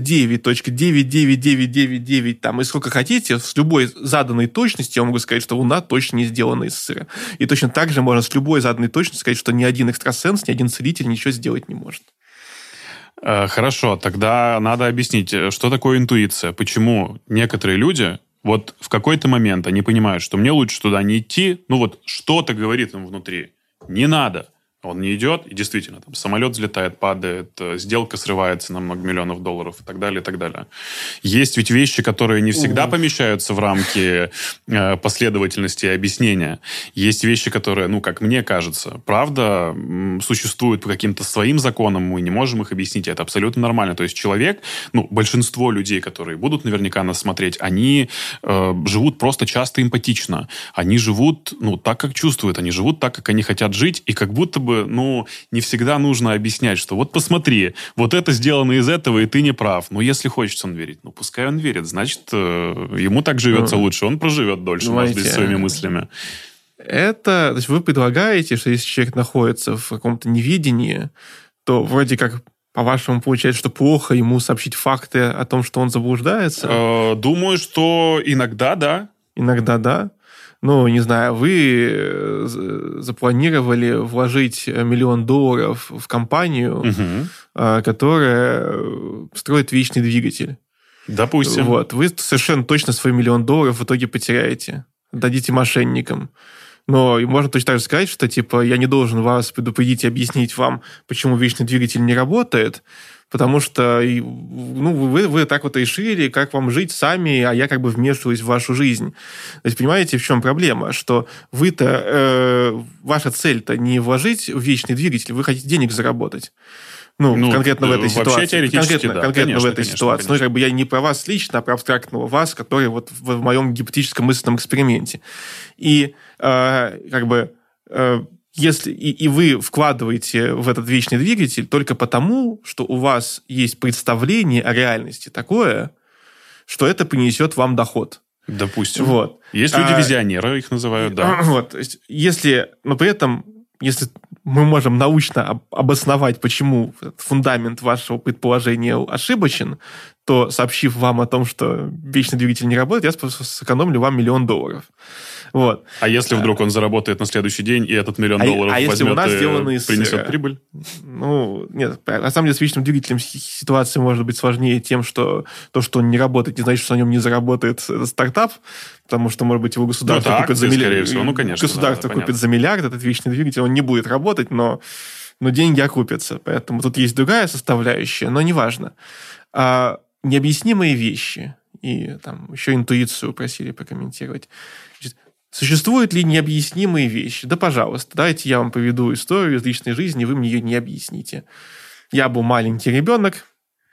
99.99999 там и сколько хотите, с любой заданной точностью я могу сказать, что Луна точно не сделана из сыра. И точно так же можно с любой заданной точностью сказать, что ни один экстрасенс, ни один целитель ничего сделать не может. Хорошо, тогда надо объяснить, что такое интуиция, почему некоторые люди вот в какой-то момент они понимают, что мне лучше туда не идти, что-то говорит им внутри. Не надо. Он не идет, и действительно, там самолет взлетает, падает, сделка срывается на много миллионов долларов и так далее, и так далее. Есть ведь вещи, которые не всегда помещаются в рамки последовательности и объяснения. Есть вещи, которые, ну, как мне кажется, правда, существуют по каким-то своим законам, мы не можем их объяснить, и это абсолютно нормально. То есть человек, ну, большинство людей, которые будут наверняка нас смотреть, они живут просто часто эмпатично. Они живут, ну, так, как чувствуют, они живут так, как они хотят жить, и как будто бы, ну, не всегда нужно объяснять, что вот посмотри, вот это сделано из этого, и ты не прав. Но если хочется он верить, ну, пускай он верит. Значит, ему так живется лучше, он проживет дольше, может быть, своими мыслями. Это, то есть вы предлагаете, что если человек находится в каком-то неведении, то вроде как, по-вашему, получается, что плохо ему сообщить факты о том, что он заблуждается? Думаю, что иногда да. Иногда да. Ну, не знаю, вы запланировали вложить $1 миллион в компанию, которая строит вечный двигатель. Допустим. Вот. Вы совершенно точно свой $1 миллион в итоге потеряете. Дадите мошенникам. Но можно точно так же сказать, что типа я не должен вас предупредить и объяснить вам, почему вечный двигатель не работает, потому что ну, вы так вот решили, как вам жить сами, а я как бы вмешиваюсь в вашу жизнь. То есть, понимаете, в чем проблема? Что вы-то, ваша цель-то не вложить в вечный двигатель, вы хотите денег заработать. Ну, конкретно в этой ситуации. Конкретно в этой ситуации. Ну, как бы я не про вас лично, а про абстрактного вас, который вот в моем гипотетическом мысленном эксперименте. И как бы если и вы вкладываете в этот вечный двигатель только потому, что у вас есть представление о реальности такое, что это принесет вам доход. Допустим. Вот. Есть люди-визионеры, их называют, да. Вот. То есть, но при этом, если мы можем научно обосновать, почему фундамент вашего предположения ошибочен, то, сообщив вам о том, что вечный двигатель не работает, я сэкономлю вам $1 миллион. Вот. А если вдруг он заработает на следующий день, и этот $1 миллион возьмет и принесет прибыль? Ну, нет, на самом деле с вечным двигателем ситуация может быть сложнее тем, что то, что он не работает, не значит, что на нем не заработает стартап, потому что, может быть, его государство купит за миллиард. Ну, конечно, государство купит за миллиард этот вечный двигатель, он не будет работать, но деньги окупятся. Поэтому тут есть другая составляющая, но неважно. Необъяснимые вещи, и там еще интуицию просили прокомментировать. Существуют ли необъяснимые вещи? Да, пожалуйста, давайте я вам поведу историю из личной жизни, вы мне ее не объясните. Я был маленький ребенок,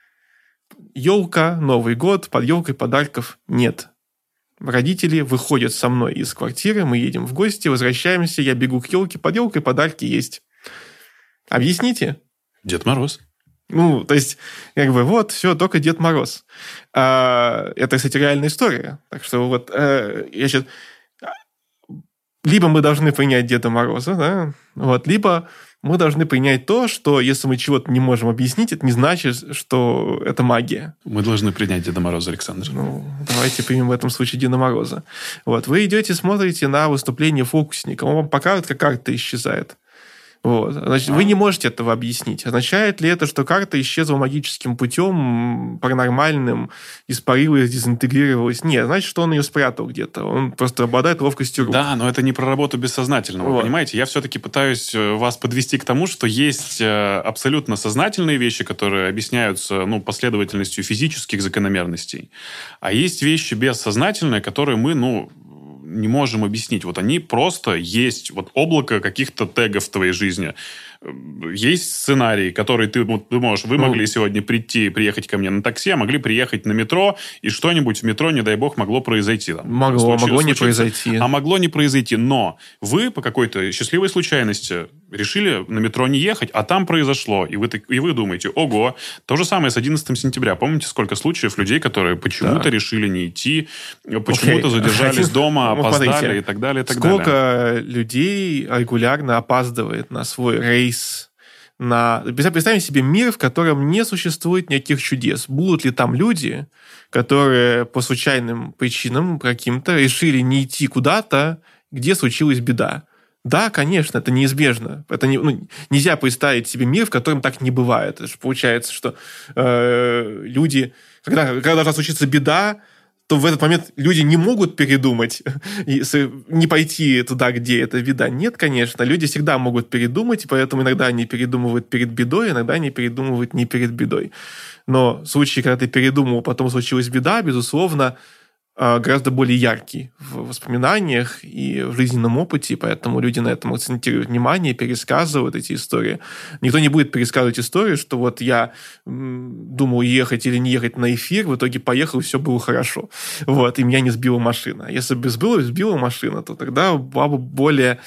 елка, Новый год, под елкой подарков нет. Родители выходят со мной из квартиры, мы едем в гости, возвращаемся, я бегу к елке, под елкой подарки есть. Объясните? Дед Мороз. Ну, то есть, как бы, вот, все, только Дед Мороз. Это, кстати, реальная история. Так что вот, я сейчас... Либо мы должны принять Деда Мороза, да, вот, либо мы должны принять то, что если мы чего-то не можем объяснить, это не значит, что это магия. Мы должны принять Деда Мороза, Александр. Ну, давайте примем в этом случае Деда Мороза. Вот, вы идете, смотрите на выступление фокусника, он вам покажет, как карта исчезает. Вот. Значит, вы не можете этого объяснить. Означает ли это, что карта исчезла магическим путем, паранормальным, испарилась, дезинтегрировалась? Нет, значит, что он ее спрятал где-то. Он просто обладает ловкостью рук. Да, но это не про работу бессознательного, вот. Понимаете? Я все-таки пытаюсь вас подвести к тому, что есть абсолютно сознательные вещи, которые объясняются последовательностью физических закономерностей, а есть вещи бессознательные, которые мы, не можем объяснить. Вот они просто есть. Вот облако каких-то тегов в твоей жизни. Есть сценарий, который ты можешь... Вы могли сегодня приехать ко мне на такси, а могли приехать на метро, и что-нибудь в метро, не дай бог, могло произойти. Могло не произойти. А могло не произойти. Но вы по какой-то счастливой случайности решили на метро не ехать, а там произошло. И вы думаете, ого, то же самое с 11 сентября. Помните, сколько случаев людей, которые почему-то решили не идти, почему-то задержались дома, опоздали и так далее, и так далее. Сколько людей регулярно опаздывает на свой рейс? Представим себе мир, в котором не существует никаких чудес. Будут ли там люди, которые по случайным причинам каким-то решили не идти куда-то, где случилась беда? Да, конечно, это неизбежно. Это нельзя представить себе мир, в котором так не бывает. Это же получается, что люди, когда должна случиться беда, то в этот момент люди не могут передумать и не пойти туда, где эта беда. Нет, конечно, люди всегда могут передумать, и поэтому иногда они передумывают перед бедой, иногда они передумывают не перед бедой. Но в случае, когда ты передумал, потом случилась беда, безусловно, гораздо более яркий в воспоминаниях и в жизненном опыте, поэтому люди на этом акцентируют внимание, пересказывают эти истории. Никто не будет пересказывать историю, что вот я думал, ехать или не ехать на эфир, в итоге поехал, и все было хорошо. Вот, и меня не сбила машина. Если бы сбила машина, то тогда была бы более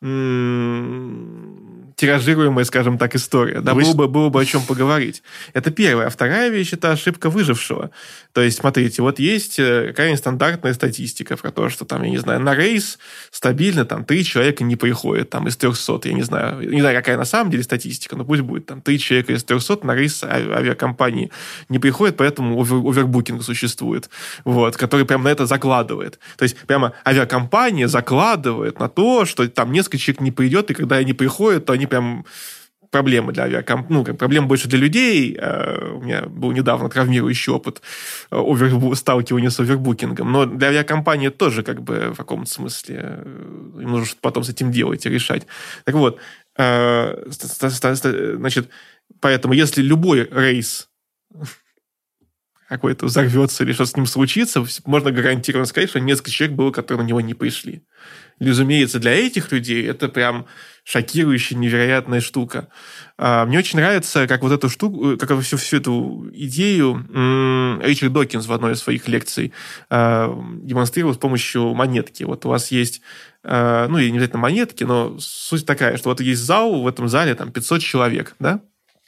тиражируемая, скажем так, история. Да, было бы о чем поговорить. Это первое. А вторая вещь – это ошибка выжившего. То есть, смотрите, вот есть какая-нибудь стандартная статистика про то, что там, я не знаю, на рейс стабильно там 3 человека не приходят там, из 300. Я не знаю, какая на самом деле статистика, но пусть будет там 3 человека из 300 на рейс авиакомпании не приходят, поэтому овербукинг существует, вот, который прямо на это закладывает. То есть, прямо авиакомпания закладывает на то, что там несколько человек не придет, и когда они приходят, то они прям проблемы для авиакомпании, проблемы больше для людей. У меня был недавно травмирующий опыт сталкивания с овербукингом, но для авиакомпании тоже как бы в каком-то смысле им нужно что-то потом с этим делать и решать. Так вот, значит, поэтому если любой рейс какой-то взорвется или что-то с ним случится, можно гарантированно сказать, что несколько человек было, которые на него не пришли. И, разумеется, для этих людей это прям шокирующая, невероятная штука. Мне очень нравится, как вот эту штуку, как всю эту идею Ричард Докинс в одной из своих лекций демонстрировал с помощью монетки. Вот у вас есть, и не обязательно монетки, но суть такая, что вот есть зал, в этом зале там 500 человек, да?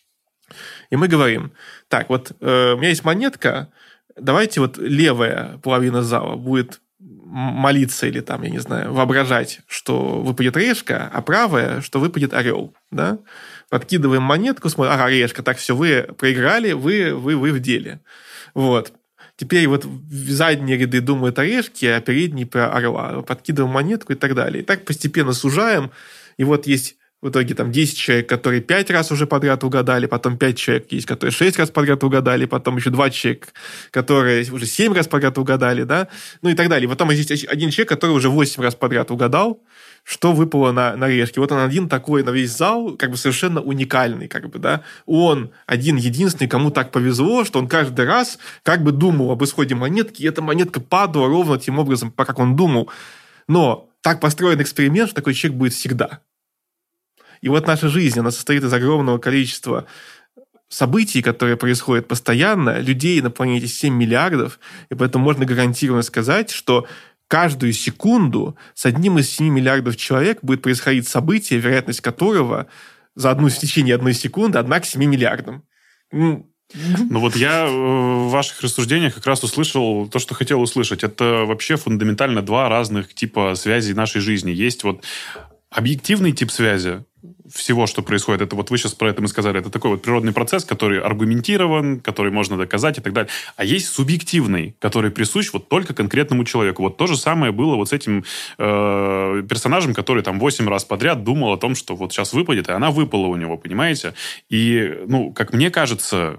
И мы говорим, так, вот у меня есть монетка, давайте вот левая половина зала будет молиться или там, я не знаю, воображать, что выпадет решка, а правая, что выпадет орел, да? Подкидываем монетку, смотрим, ага, решка, так, все, вы проиграли, вы в деле. Вот. Теперь вот задние ряды думают о решке, а передние про орла. Подкидываем монетку и так далее. И так постепенно сужаем, и вот есть в итоге там 10 человек, которые 5 раз уже подряд угадали, потом 5 человек есть, которые 6 раз подряд угадали, потом еще 2 человека, которые уже 7 раз подряд угадали, да, ну и так далее. Потом есть один человек, который уже 8 раз подряд угадал, что выпало на решке. Вот он один такой на весь зал, как бы совершенно уникальный, как бы, да. Он один-единственный, кому так повезло, что он каждый раз как бы думал об исходе монетки, и эта монетка падала ровно тем образом, как он думал. Но так построен эксперимент, что такой человек будет всегда. И вот наша жизнь, она состоит из огромного количества событий, которые происходят постоянно. Людей на планете 7 миллиардов, и поэтому можно гарантированно сказать, что каждую секунду с одним из 7 миллиардов человек будет происходить событие, вероятность которого в течение 1 секунды 1 к 7 миллиардам. Ну вот я в ваших рассуждениях как раз услышал то, что хотел услышать. Это вообще фундаментально 2 разных типа связей нашей жизни. Есть вот объективный тип связи всего, что происходит, это вот вы сейчас про это мы сказали, это такой вот природный процесс, который аргументирован, который можно доказать и так далее. А есть субъективный, который присущ вот только конкретному человеку. Вот то же самое было вот с этим персонажем, который там 8 раз подряд думал о том, что вот сейчас выпадет, и она выпала у него, понимаете? И, как мне кажется,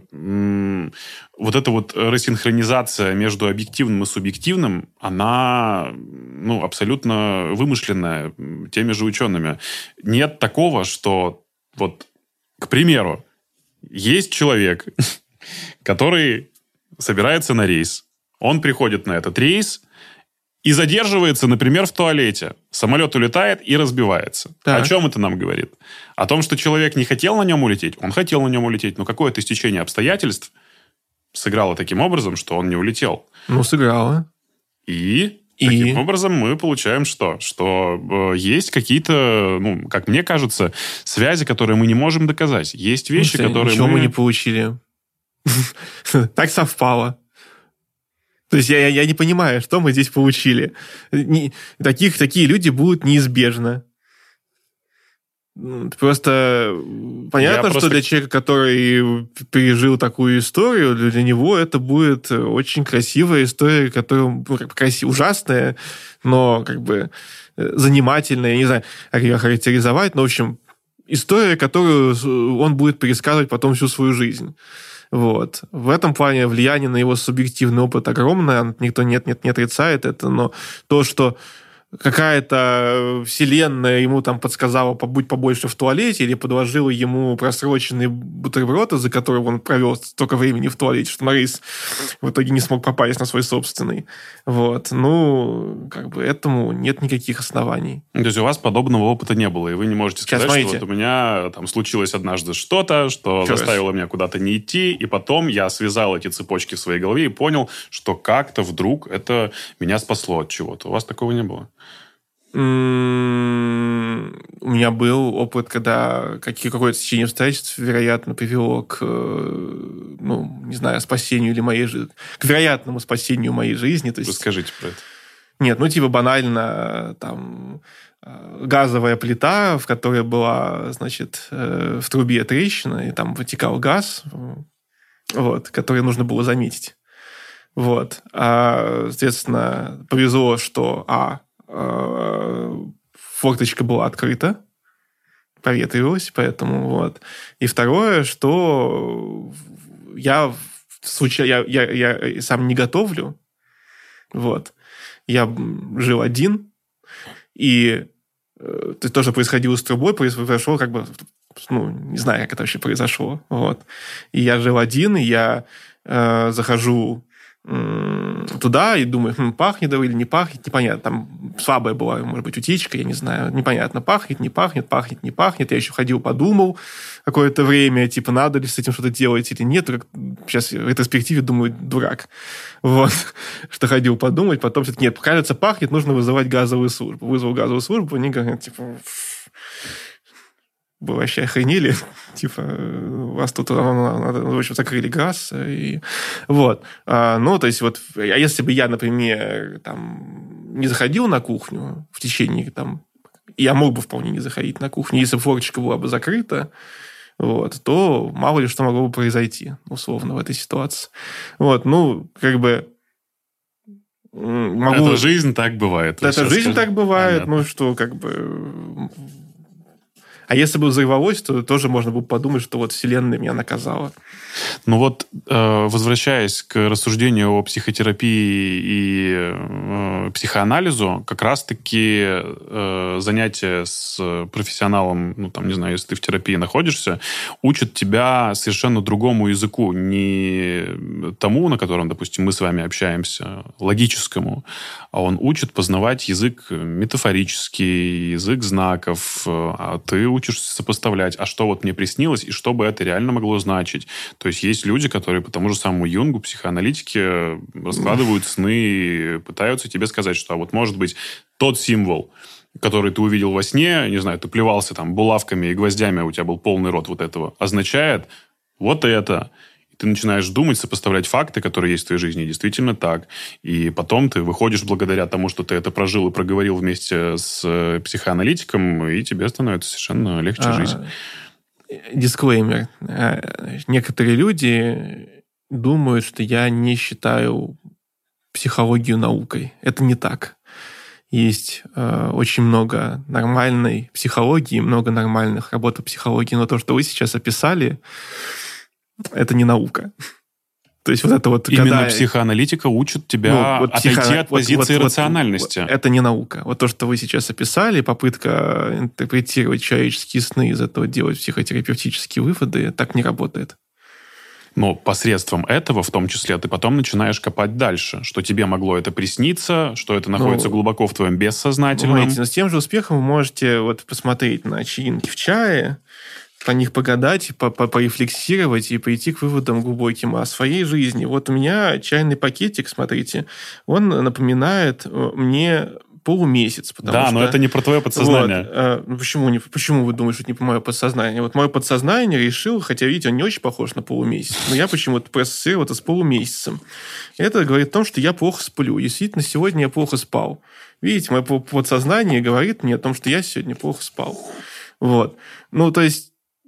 вот эта вот рассинхронизация между объективным и субъективным, она, абсолютно вымышленная теми же учеными. Нет такого, что вот, к примеру, есть человек, который собирается на рейс. Он приходит на этот рейс и задерживается, например, в туалете. Самолет улетает и разбивается. Так. О чем это нам говорит? О том, что человек не хотел на нем улететь? Он хотел на нем улететь, но какое-то стечение обстоятельств сыграло таким образом, что он не улетел. Сыграло. И таким образом мы получаем что? Что есть какие-то, как мне кажется, связи, которые мы не можем доказать. Есть вещи, которые ничего мы не получили. Так совпало. То есть я не понимаю, что мы здесь получили. Такие люди будут неизбежно. Просто понятно, что для человека, который пережил такую историю, для него это будет очень красивая история, которая ужасная, но занимательная. Я не знаю, как ее характеризовать, но, в общем, история, которую он будет пересказывать потом всю свою жизнь. Вот. В этом плане влияние на его субъективный опыт огромное, никто не отрицает это, но то, что какая-то вселенная ему там подсказала побудь побольше в туалете или подложила ему просроченный бутерброд, из-за которого он провел столько времени в туалете, что Морис в итоге не смог попасть на свой собственный. Вот. Ну, как бы этому нет никаких оснований. То есть у вас подобного опыта не было, и вы не можете сказать, что вот у меня там случилось однажды что-то, что заставило меня куда-то не идти, и потом я связал эти цепочки в своей голове и понял, что как-то вдруг это меня спасло от чего-то. У вас такого не было? У меня был опыт, когда какое-то течение обстоятельств, вероятно, привело к, ну, не знаю, спасению или моей жизни, к вероятному спасению моей жизни. То есть... Расскажите про это. Нет, ну, типа банально, там, газовая плита, в которой была, значит, в трубе трещина, и там вытекал газ, вот, который нужно было заметить. Вот. Соответственно, повезло, что, форточка была открыта, проветривалась, поэтому вот. И второе, что я сам не готовлю, вот. Я жил один, и то, что происходило с трубой, произошло как бы, ну, не знаю, как это вообще произошло, вот. И я жил один, и я захожу туда и думаю, пахнет или не пахнет, непонятно. Там слабая была, может быть, утечка, я не знаю. Непонятно, пахнет, не пахнет, пахнет, не пахнет. Я еще ходил, подумал какое-то время, типа, надо ли с этим что-то делать или нет. Сейчас в ретроспективе думаю, дурак. Вот. Что ходил подумать, потом все-таки, нет, кажется, пахнет, нужно вызывать газовую службу. Вызвал газовую службу, они говорят, типа... Вы вообще охренели? Типа, у вас тут, в общем, закрыли газ. И... Вот. Ну, то есть, вот, а если бы я, например, там, не заходил на кухню в течение, там, я мог бы вполне не заходить на кухню, если бы форточка была бы закрыта, вот, то мало ли что могло бы произойти, условно, в этой ситуации. Вот, ну, как бы... Могу... Это жизнь так бывает. Это жизнь так бывает, понятно. Ну, что, как бы... А если бы взорвалось, то тоже можно было подумать, что вот Вселенная меня наказала. Ну вот, возвращаясь к рассуждению о психотерапии и психоанализу, как раз-таки занятия с профессионалом, ну там, не знаю, если ты в терапии находишься, учат тебя совершенно другому языку, не тому, на котором, допустим, мы с вами общаемся, логическому, а он учит познавать язык метафорический, язык знаков, а ты учишься сопоставлять, а что вот мне приснилось, и что бы это реально могло значить. То есть есть люди, которые по тому же самому Юнгу, психоаналитики, раскладывают сны и пытаются тебе сказать, что вот может быть тот символ, который ты увидел во сне, не знаю, ты плевался там булавками и гвоздями, у тебя был полный рот вот этого, означает вот это. И ты начинаешь думать, сопоставлять факты, которые есть в твоей жизни, действительно так. И потом ты выходишь благодаря тому, что ты это прожил и проговорил вместе с психоаналитиком, и тебе становится совершенно легче жить. Дисклеймер. Некоторые люди думают, что я не считаю психологию наукой. Это не так. Есть очень много нормальной психологии, много нормальных работ по психологии, но то, что вы сейчас описали, это не наука. То есть вот это вот... Именно когда... психоаналитика учит тебя отойти от позиции рациональности. Это не наука. Вот то, что вы сейчас описали, попытка интерпретировать человеческие сны, из этого делать психотерапевтические выводы, так не работает. Но посредством этого, в том числе, ты потом начинаешь копать дальше, что тебе могло это присниться, что это находится глубоко в твоем бессознательном. Знаете, с тем же успехом вы можете вот посмотреть на чаинки в чае, по них погадать, порефлексировать и прийти к выводам глубоким о своей жизни. Вот у меня чайный пакетик, смотрите, он напоминает мне полумесяц. Да, но это не про твое подсознание. Вот, почему вы думаете, что это не про мое подсознание? Вот мое подсознание решило, хотя, видите, он не очень похож на полумесяц, но я почему-то проассоциировал это с полумесяцем. Это говорит о том, что я плохо сплю. Действительно, сегодня я плохо спал. Видите, мое подсознание говорит мне о том, что я сегодня плохо спал. Вот. Ну, то есть,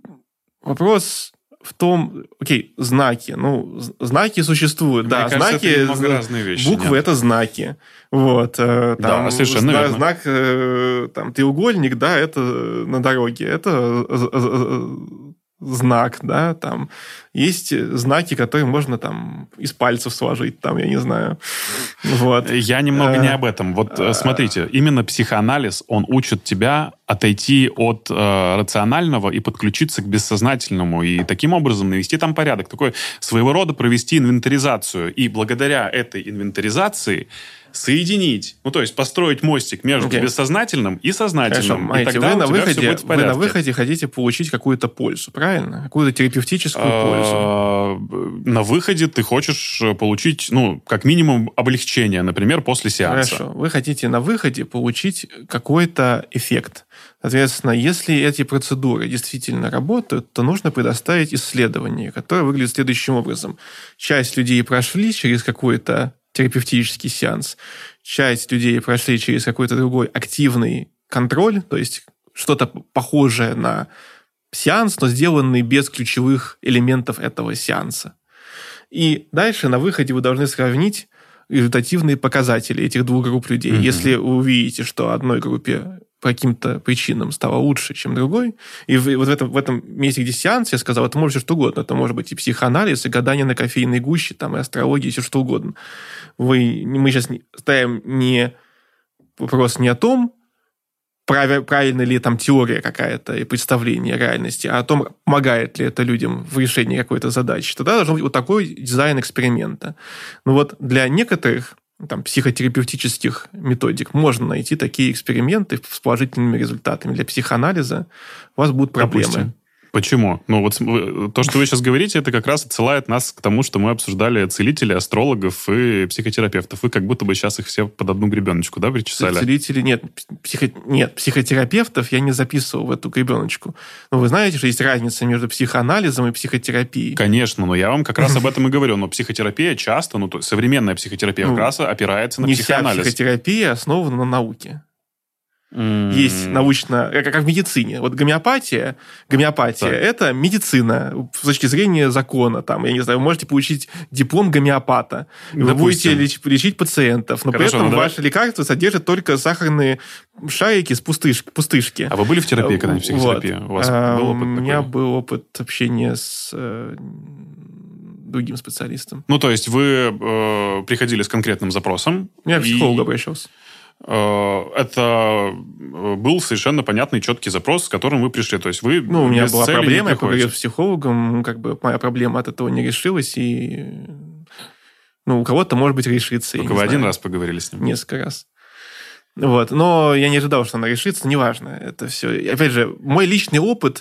вопрос в том... Окей, знаки. Ну, знаки существуют. Мне кажется, знаки... Это немного разные вещи. Буквы — это знаки. Вот. Там, да, совершенно верно. Знак, там, треугольник, да, это на дороге. Это знак, да, там есть знаки, которые можно там из пальцев сложить, там, я не знаю. Вот. Я немного не об этом. Вот смотрите, именно психоанализ, он учит тебя отойти от рационального и подключиться к бессознательному, и таким образом навести там порядок. Такой своего рода провести инвентаризацию. И благодаря этой инвентаризации соединить, то есть построить мостик между бессознательным и сознательным. Хорошо, и тогда вы у тебя все будет в порядке. Вы на выходе хотите получить какую-то пользу, правильно? Какую-то терапевтическую пользу. На выходе ты хочешь получить, как минимум, облегчение, например, после сеанса. Хорошо. Вы хотите на выходе получить какой-то эффект. Соответственно, если эти процедуры действительно работают, то нужно предоставить исследование, которое выглядит следующим образом. Часть людей прошли через какой-то терапевтический сеанс. Часть людей прошли через какой-то другой активный контроль, то есть что-то похожее на сеанс, но сделанный без ключевых элементов этого сеанса. И дальше на выходе вы должны сравнить результативные показатели этих двух групп людей. Mm-hmm. Если вы увидите, что одной группе по каким-то причинам стало лучше, чем другой, и вот в этом месте, где сеанс, я сказал, это может быть что угодно. Это может быть и психоанализ, и гадание на кофейной гуще, там, и астрология, и все что угодно. Мы сейчас ставим вопрос не о том, правильно ли там теория какая-то и представление реальности, а о том, помогает ли это людям в решении какой-то задачи. Тогда должен быть вот такой дизайн эксперимента. Но вот для некоторых психотерапевтических методик можно найти такие эксперименты с положительными результатами. Для психоанализа у вас будут проблемы. Допустим. Почему? То, что вы сейчас говорите, это как раз отсылает нас к тому, что мы обсуждали целителей, астрологов и психотерапевтов. Вы как будто бы сейчас их все под одну гребеночку, да, причесали? Целители нет. Психотерапевтов я не записывал в эту гребеночку. Но вы знаете, что есть разница между психоанализом и психотерапией. Конечно, но я вам как раз об этом и говорю. Но психотерапия часто, современная психотерапия как раз опирается на психоанализ. Не вся психотерапия основана на науке. Есть научно, как в медицине. Вот гомеопатия это медицина с точки зрения закона. Я не знаю, вы можете получить диплом гомеопата. Вы будете лечить пациентов, но при этом ваши лекарства содержат только сахарные шарики с пустышки. А вы были в терапии когда-нибудь, в психотерапии? У вас был опыт? У меня был опыт общения с другим специалистом. То есть вы приходили с конкретным запросом? Я к психологу обращался. Это был совершенно понятный, четкий запрос, с которым вы пришли. То есть вы у меня была проблема, я поговорил с психологом, моя проблема от этого не решилась, и у кого-то, может быть, решится. Только вы один раз поговорили с ним? Несколько раз. Но я не ожидал, что она решится, неважно. Это все. И, опять же, мой личный опыт,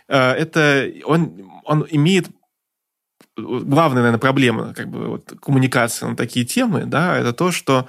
он имеет главная, наверное, проблема коммуникации на такие темы, да, это то, что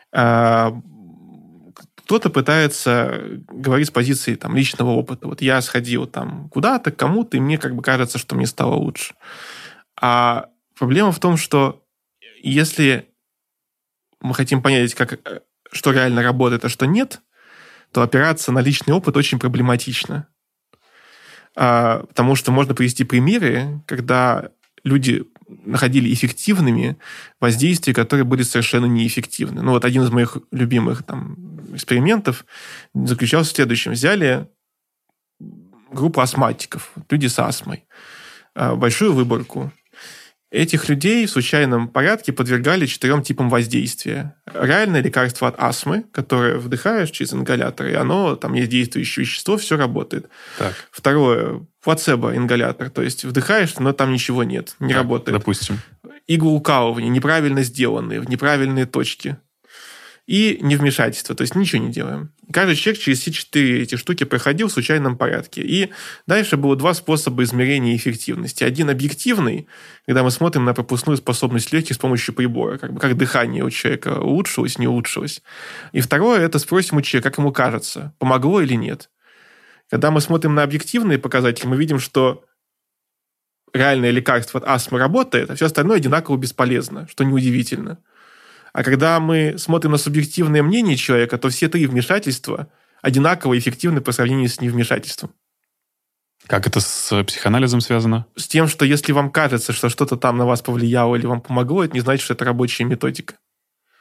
кто-то пытается говорить с позиции личного опыта. Вот я сходил куда-то, к кому-то, и мне кажется, что мне стало лучше. А проблема в том, что если мы хотим понять, что реально работает, а что нет, то опираться на личный опыт очень проблематично. Потому что можно привести примеры, когда люди находили эффективными воздействия, которые были совершенно неэффективны. Один из моих любимых экспериментов заключался в следующем. Взяли группу астматиков, люди с астмой, большую выборку. Этих людей в случайном порядке подвергали 4 типам воздействия. Реальное лекарство от астмы, которое вдыхаешь через ингалятор, и оно, есть действующее вещество, все работает. Так. Второе, плацебо-ингалятор, то есть вдыхаешь, но там ничего нет, не работает. Допустим. Иглоукалывание, неправильно сделанные, в неправильные точки. И невмешательство, то есть ничего не делаем. Каждый человек через все 4 эти штуки проходил в случайном порядке. И дальше было 2 способа измерения эффективности. Один объективный, когда мы смотрим на пропускную способность легких с помощью прибора, как дыхание у человека улучшилось, не улучшилось. И второе, это спросим у человека, как ему кажется, помогло или нет. Когда мы смотрим на объективные показатели, мы видим, что реальное лекарство от астмы работает, а все остальное одинаково бесполезно, что неудивительно. А когда мы смотрим на субъективное мнение человека, то все 3 вмешательства одинаково эффективны по сравнению с невмешательством. Как это с психоанализом связано? С тем, что если вам кажется, что что-то там на вас повлияло или вам помогло, это не значит, что это рабочая методика.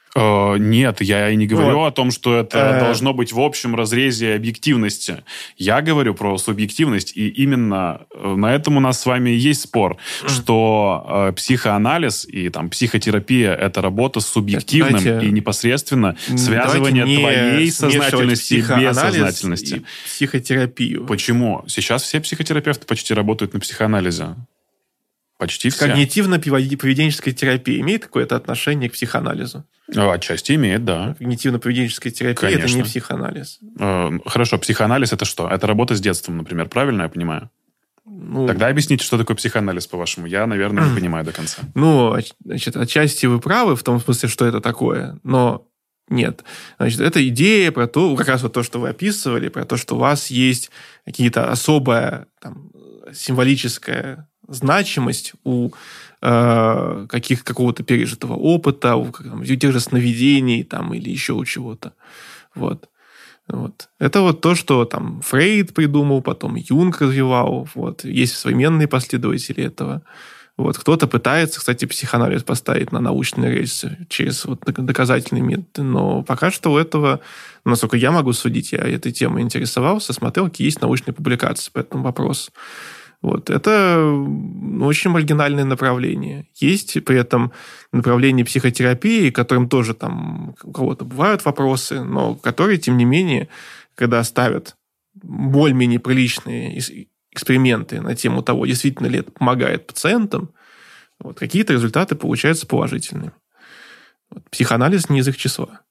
Нет, я и не говорю о том, что это должно быть в общем разрезе объективности. Я говорю про субъективность, и именно на этом у нас с вами и есть спор, что психоанализ и там психотерапия — это работа с субъективным и непосредственно связывание твоей сознательности и бессознательности. И психотерапию. Почему? Сейчас все психотерапевты почти работают на психоанализе. Почти все. Когнитивно-поведенческая терапия имеет какое-то отношение к психоанализу? Отчасти имеет, да. Когнитивно-поведенческая терапия, конечно. Это не психоанализ. Хорошо, психоанализ — это что? Это работа с детством, например, правильно я понимаю? Тогда объясните, что такое психоанализ, по-вашему. Я, наверное, не понимаю до конца. Значит, отчасти вы правы в том смысле, что это такое, но нет. Значит, это идея про то, как раз вот то, что вы описывали, про то, что у вас есть какие-то особая там, символическая значимость у какого-то пережитого опыта, у тех же сновидений там, или еще у чего-то. Вот. Это вот то, что там Фрейд придумал, потом Юнг развивал. Вот. Есть современные последователи этого. Вот. Кто-то пытается, кстати, психоанализ поставить на научные рельсы через вот доказательные методы, но пока что у этого, насколько я могу судить, я этой темой интересовался, смотрел, какие есть научные публикации по этому вопросу. Вот. Это очень маргинальное направление. Есть при этом направление психотерапии, которым тоже там у кого-то бывают вопросы, но которые, тем не менее, когда ставят более-менее приличные эксперименты на тему того, действительно ли это помогает пациентам, вот, какие-то результаты получаются положительными. Вот. Психоанализ не из их числа.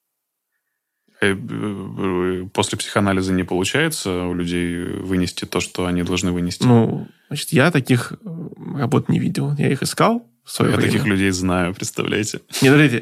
После психоанализа не получается у людей вынести то, что они должны вынести? Значит, я таких работ не видел. Я их искал в свое время. Я таких людей знаю, представляете? Не, подождите.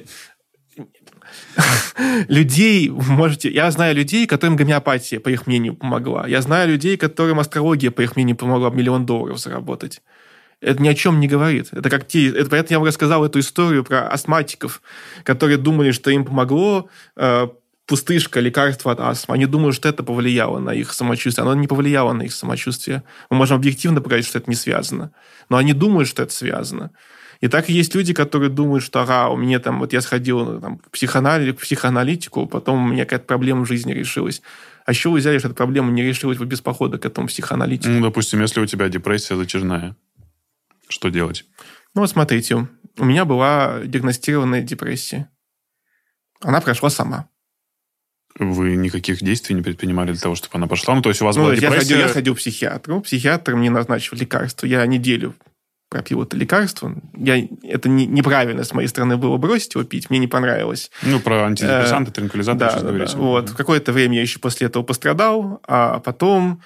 Людей можете... Я знаю людей, которым гомеопатия, по их мнению, помогла. Я знаю людей, которым астрология, по их мнению, помогла $1 миллион заработать. Это ни о чем не говорит. Это как поэтому я вам рассказал эту историю про астматиков, которые думали, что им помогло пустышка, лекарство от астмы. Они думают, что это повлияло на их самочувствие. Оно не повлияло на их самочувствие. Мы можем объективно показать, что это не связано. Но они думают, что это связано. И так и есть люди, которые думают, что у меня там, вот я сходил там, к психоаналитику, потом у меня какая-то проблема в жизни решилась. А еще вы взяли, что эта проблема не решилась без похода к этому психоаналитику? Допустим, если у тебя депрессия затяжная, что делать? Вот смотрите, у меня была диагностированная депрессия. Она прошла сама. Вы никаких действий не предпринимали для того, чтобы она пошла? То есть у вас была депрессия? Я ходил к психиатру. Психиатр мне назначил лекарство. Я неделю пропил это лекарство. Это неправильно с моей стороны было бросить его пить. Мне не понравилось. Про антидепрессанты, транквилизаторы сейчас говорите. Вот. Какое-то время я еще после этого пострадал, а потом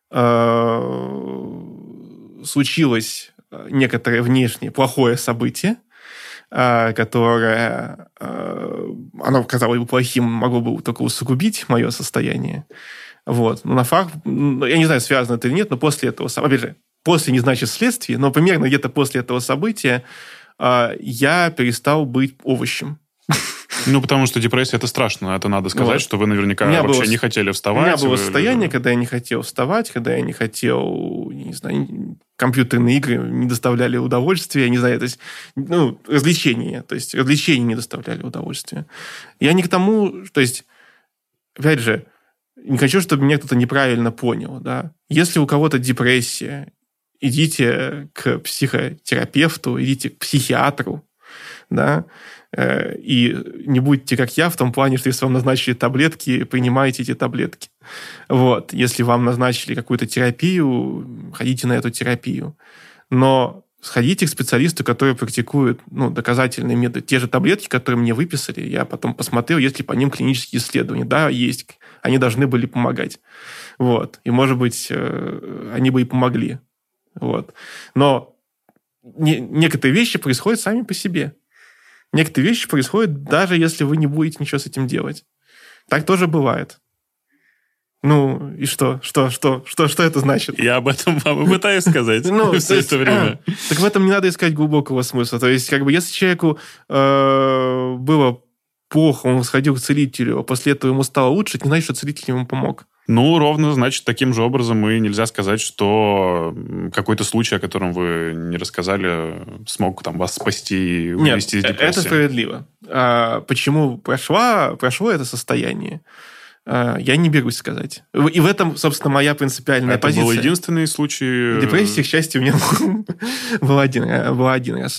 случилось некоторое внешнее плохое событие, которое, оно казалось бы плохим, могло бы только усугубить мое состояние. Вот. Но на факт, я не знаю, связано это или нет, но после этого, опять же, после не значит следствие, но примерно где-то после этого события я перестал быть овощем. Потому что депрессия – это страшно. Это надо сказать, что вы наверняка вообще не хотели вставать. У меня было состояние, когда я не хотел вставать, когда я не хотел, не знаю, компьютерные игры не доставляли удовольствия, не знаю, то есть, развлечения. То есть, развлечения не доставляли удовольствия. Я не к тому, то есть, опять же, не хочу, чтобы меня кто-то неправильно понял. Да? Если у кого-то депрессия, идите к психотерапевту, идите к психиатру, да, и не будьте как я в том плане, что если вам назначили таблетки, принимайте эти таблетки. Вот. Если вам назначили какую-то терапию, ходите на эту терапию. Но сходите к специалисту, который практикует доказательные методы. Те же таблетки, которые мне выписали, я потом посмотрел, есть ли по ним клинические исследования. Да, есть. Они должны были помогать. Вот. И, может быть, они бы и помогли. Вот. Но некоторые вещи происходят сами по себе. Некоторые вещи происходят, даже если вы не будете ничего с этим делать. Так тоже бывает. И что? Что это значит? Я об этом вам и пытаюсь сказать все это время. Так в этом не надо искать глубокого смысла. То есть, если человеку было плохо, он сходил к целителю, а после этого ему стало лучше, это не значит, что целитель ему помог. Ну, ровно, значит, таким же образом и нельзя сказать, что какой-то случай, о котором вы не рассказали, смог там вас спасти и вывести из депрессии. Это справедливо. Почему прошло это состояние? Я не берусь сказать. И в этом, собственно, моя принципиальная позиция. Это был единственный случай... Депрессии, к счастью, у меня был один раз.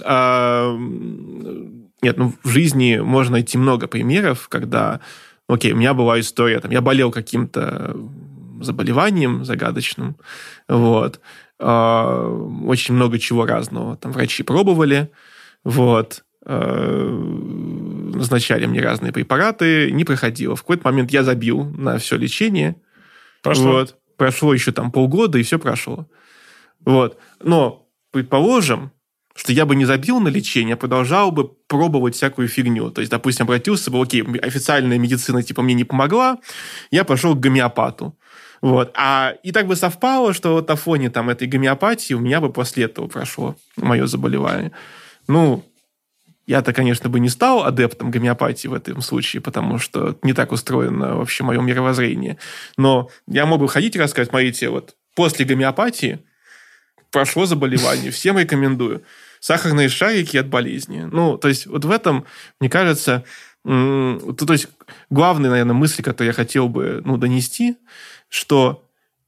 Нет, в жизни можно найти много примеров, когда... Окей, у меня была история, я болел каким-то заболеванием загадочным, вот. Очень много чего разного. Врачи пробовали, вот. Назначали мне разные препараты, не проходило. В какой-то момент я забил на все лечение. Вот. Прошло еще полгода, и все прошло. Вот. Но, предположим, что я бы не забил на лечение, а продолжал бы пробовать всякую фигню. То есть, допустим, обратился бы, окей, официальная медицина мне не помогла, я пошел к гомеопату. Вот. И так бы совпало, что на фоне этой гомеопатии у меня бы после этого прошло мое заболевание. Я-то, конечно, бы не стал адептом гомеопатии в этом случае, потому что не так устроено вообще мое мировоззрение. Но я мог бы ходить и рассказать, смотрите, после гомеопатии прошло заболевание, всем рекомендую. Сахарные шарики от болезни. То есть, в этом, мне кажется, главная, наверное, мысль, которую я хотел бы донести, что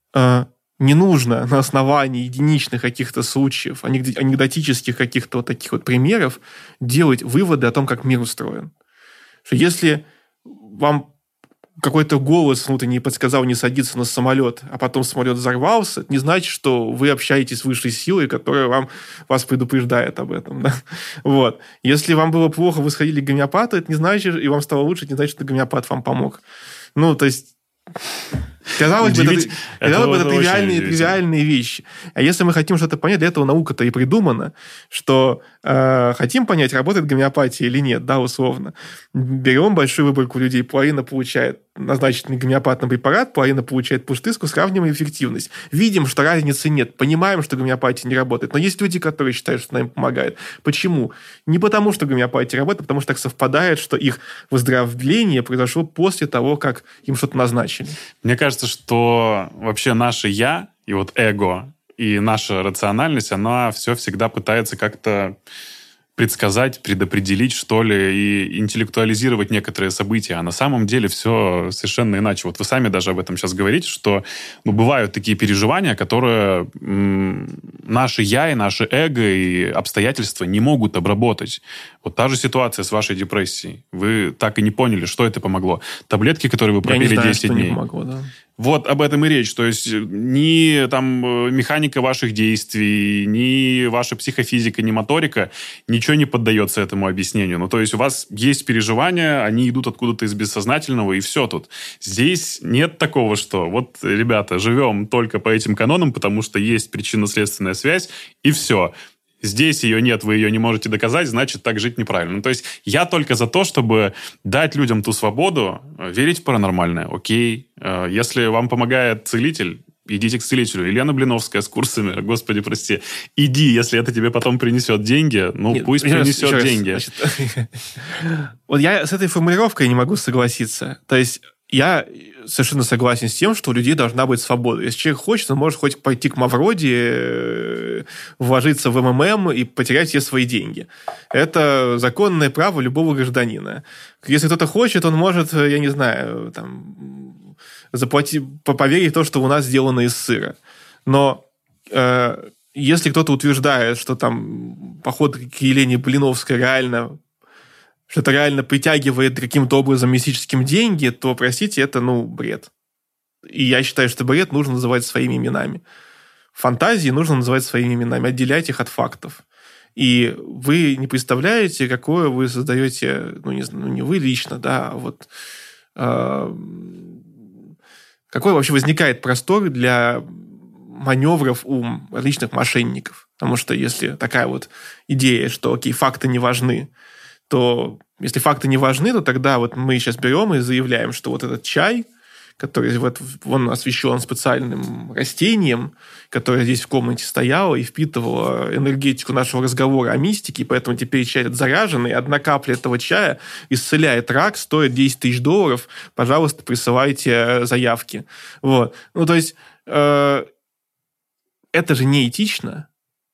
не нужно на основании единичных каких-то случаев, анекдотических каких-то таких примеров делать выводы о том, как мир устроен. Что если вам какой-то голос внутренний подсказал не садиться на самолет, а потом самолет взорвался, это не значит, что вы общаетесь с высшей силой, которая вас предупреждает об этом. Да? Вот. Если вам было плохо, вы сходили к гомеопату, это не значит, и вам стало лучше, это не значит, что гомеопат вам помог. То есть... Казалось бы, это тривиальные вещи. А если мы хотим что-то понять, для этого наука-то и придумана, что хотим понять, работает гомеопатия или нет, да, условно. Берем большую выборку людей, половина получает назначенный гомеопатный препарат, половина получает пустышку, сравниваем эффективность. Видим, что разницы нет, понимаем, что гомеопатия не работает. Но есть люди, которые считают, что она им помогает. Почему? Не потому, что гомеопатия работает, а потому что так совпадает, что их выздоровление произошло после того, как им что-то назначили. Мне кажется, что вообще наше «я» и эго, и наша рациональность, она все всегда пытается как-то предсказать, предопределить, что ли, и интеллектуализировать некоторые события. А на самом деле все совершенно иначе. Вы сами даже об этом сейчас говорите, что бывают такие переживания, которые наше «я» и наше эго и обстоятельства не могут обработать. Та же ситуация с вашей депрессией. Вы так и не поняли, что это помогло. Таблетки, которые вы пропили 10 дней. Не помогло, да. Об этом и речь. То есть ни механика ваших действий, ни ваша психофизика, ни моторика, ничего не поддается этому объяснению. То есть у вас есть переживания, они идут откуда-то из бессознательного, и все тут. Здесь нет такого, что ребята, живем только по этим канонам, потому что есть причинно-следственная связь, и все. Здесь ее нет, вы ее не можете доказать, значит, так жить неправильно. То есть я только за то, чтобы дать людям ту свободу, верить в паранормальное. Окей. Если вам помогает целитель, идите к целителю. Елена Блиновская с курсами, господи, прости. Иди, если это тебе потом принесет деньги, пусть принесет деньги. Я с этой формулировкой не могу согласиться. То есть я совершенно согласен с тем, что у людей должна быть свобода. Если человек хочет, он может хоть пойти к Мавроди, вложиться в МММ и потерять все свои деньги. Это законное право любого гражданина. Если кто-то хочет, он может, я не знаю, поверить в то, что у нас сделано из сыра. Но если кто-то утверждает, что поход к Елене Блиновской что это реально притягивает каким-то образом мистическим деньги, то, простите, это, бред. И я считаю, что бред нужно называть своими именами. Фантазии нужно называть своими именами, отделять их от фактов. И вы не представляете, какое вы создаете, не вы лично, да, какой вообще возникает простор для маневров у различных мошенников. Потому что если такая идея, что, окей, факты не важны, то если факты не важны, то тогда мы сейчас берем и заявляем, что этот чай, который он освещен специальным растением, которое здесь в комнате стояло и впитывало энергетику нашего разговора о мистике, и поэтому теперь чай этот заряженный, одна капля этого чая исцеляет рак, стоит $10 000, пожалуйста, присылайте заявки. Вот. Ну, то есть, это же неэтично.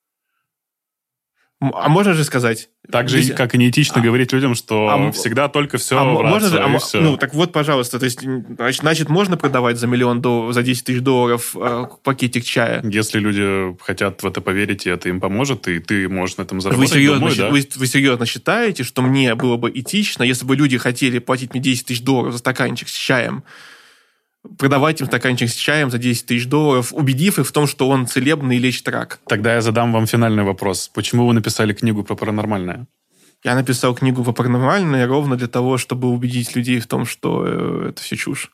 А можно же сказать... Так же, как и неэтично говорить людям, что всегда только все можно же, все. Ну, так вот, пожалуйста, то есть, значит, можно продавать за $1 миллион, за $10 000 пакетик чая? Если люди хотят в это поверить, и это им поможет, и ты можешь на этом заработать. Вы серьезно считаете, что мне было бы этично, если бы люди хотели платить мне $10 000 за стаканчик с чаем, продавать им стаканчик с чаем за $10 000, убедив их в том, что он целебный и лечит рак? Тогда я задам вам финальный вопрос. Почему вы написали книгу про паранормальное? Я написал книгу про паранормальное ровно для того, чтобы убедить людей в том, что это все чушь.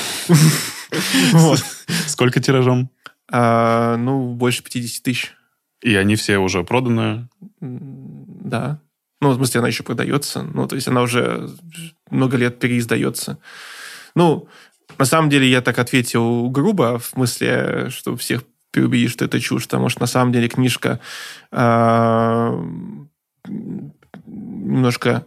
Сколько тиражом? Больше 50 000. И они все уже проданы? Да. Ну, в смысле, она еще продается. Ну, то есть она уже много лет переиздается. Ну, на самом деле, я так ответил грубо, в смысле, чтобы всех переубедить, что это чушь, потому что на самом деле книжка немножко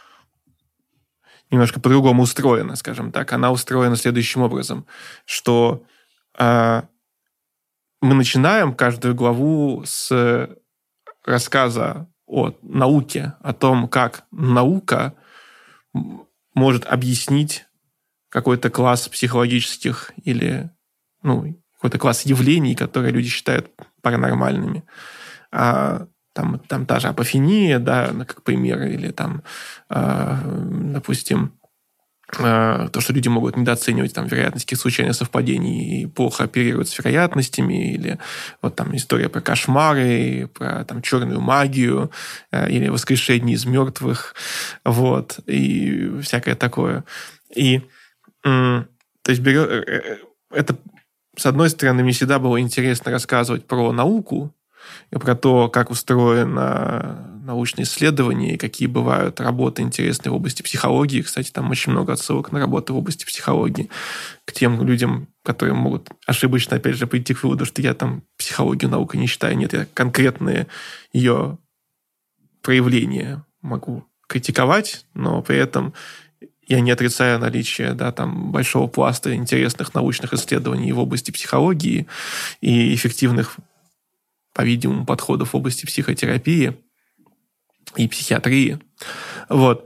по-другому устроена, скажем так. Она устроена следующим образом, что мы начинаем каждую главу с рассказа о науке, о том, как наука может объяснить какой-то класс психологических или какой-то класс явлений, которые люди считают паранормальными. Там та же апофения, да, как пример, или там, допустим, то, что люди могут недооценивать там, вероятность каких-то случайных совпадений и плохо оперируют с вероятностями, или вот там история про кошмары, про там, черную магию, или воскрешение из мертвых, вот, и всякое такое. И то есть это, с одной стороны, мне всегда было интересно рассказывать про науку, и про то, как устроено научные исследования, и какие бывают работы интересные в области психологии. Кстати, там очень много отсылок на работы в области психологии к тем людям, которые могут ошибочно, опять же, прийти к выводу, что я там психологию наукой не считаю. Нет, я конкретные ее проявления могу критиковать, но при этом я не отрицаю наличие там, большого пласта интересных научных исследований в области психологии и эффективных, по-видимому, подходов в области психотерапии и психиатрии. Вот.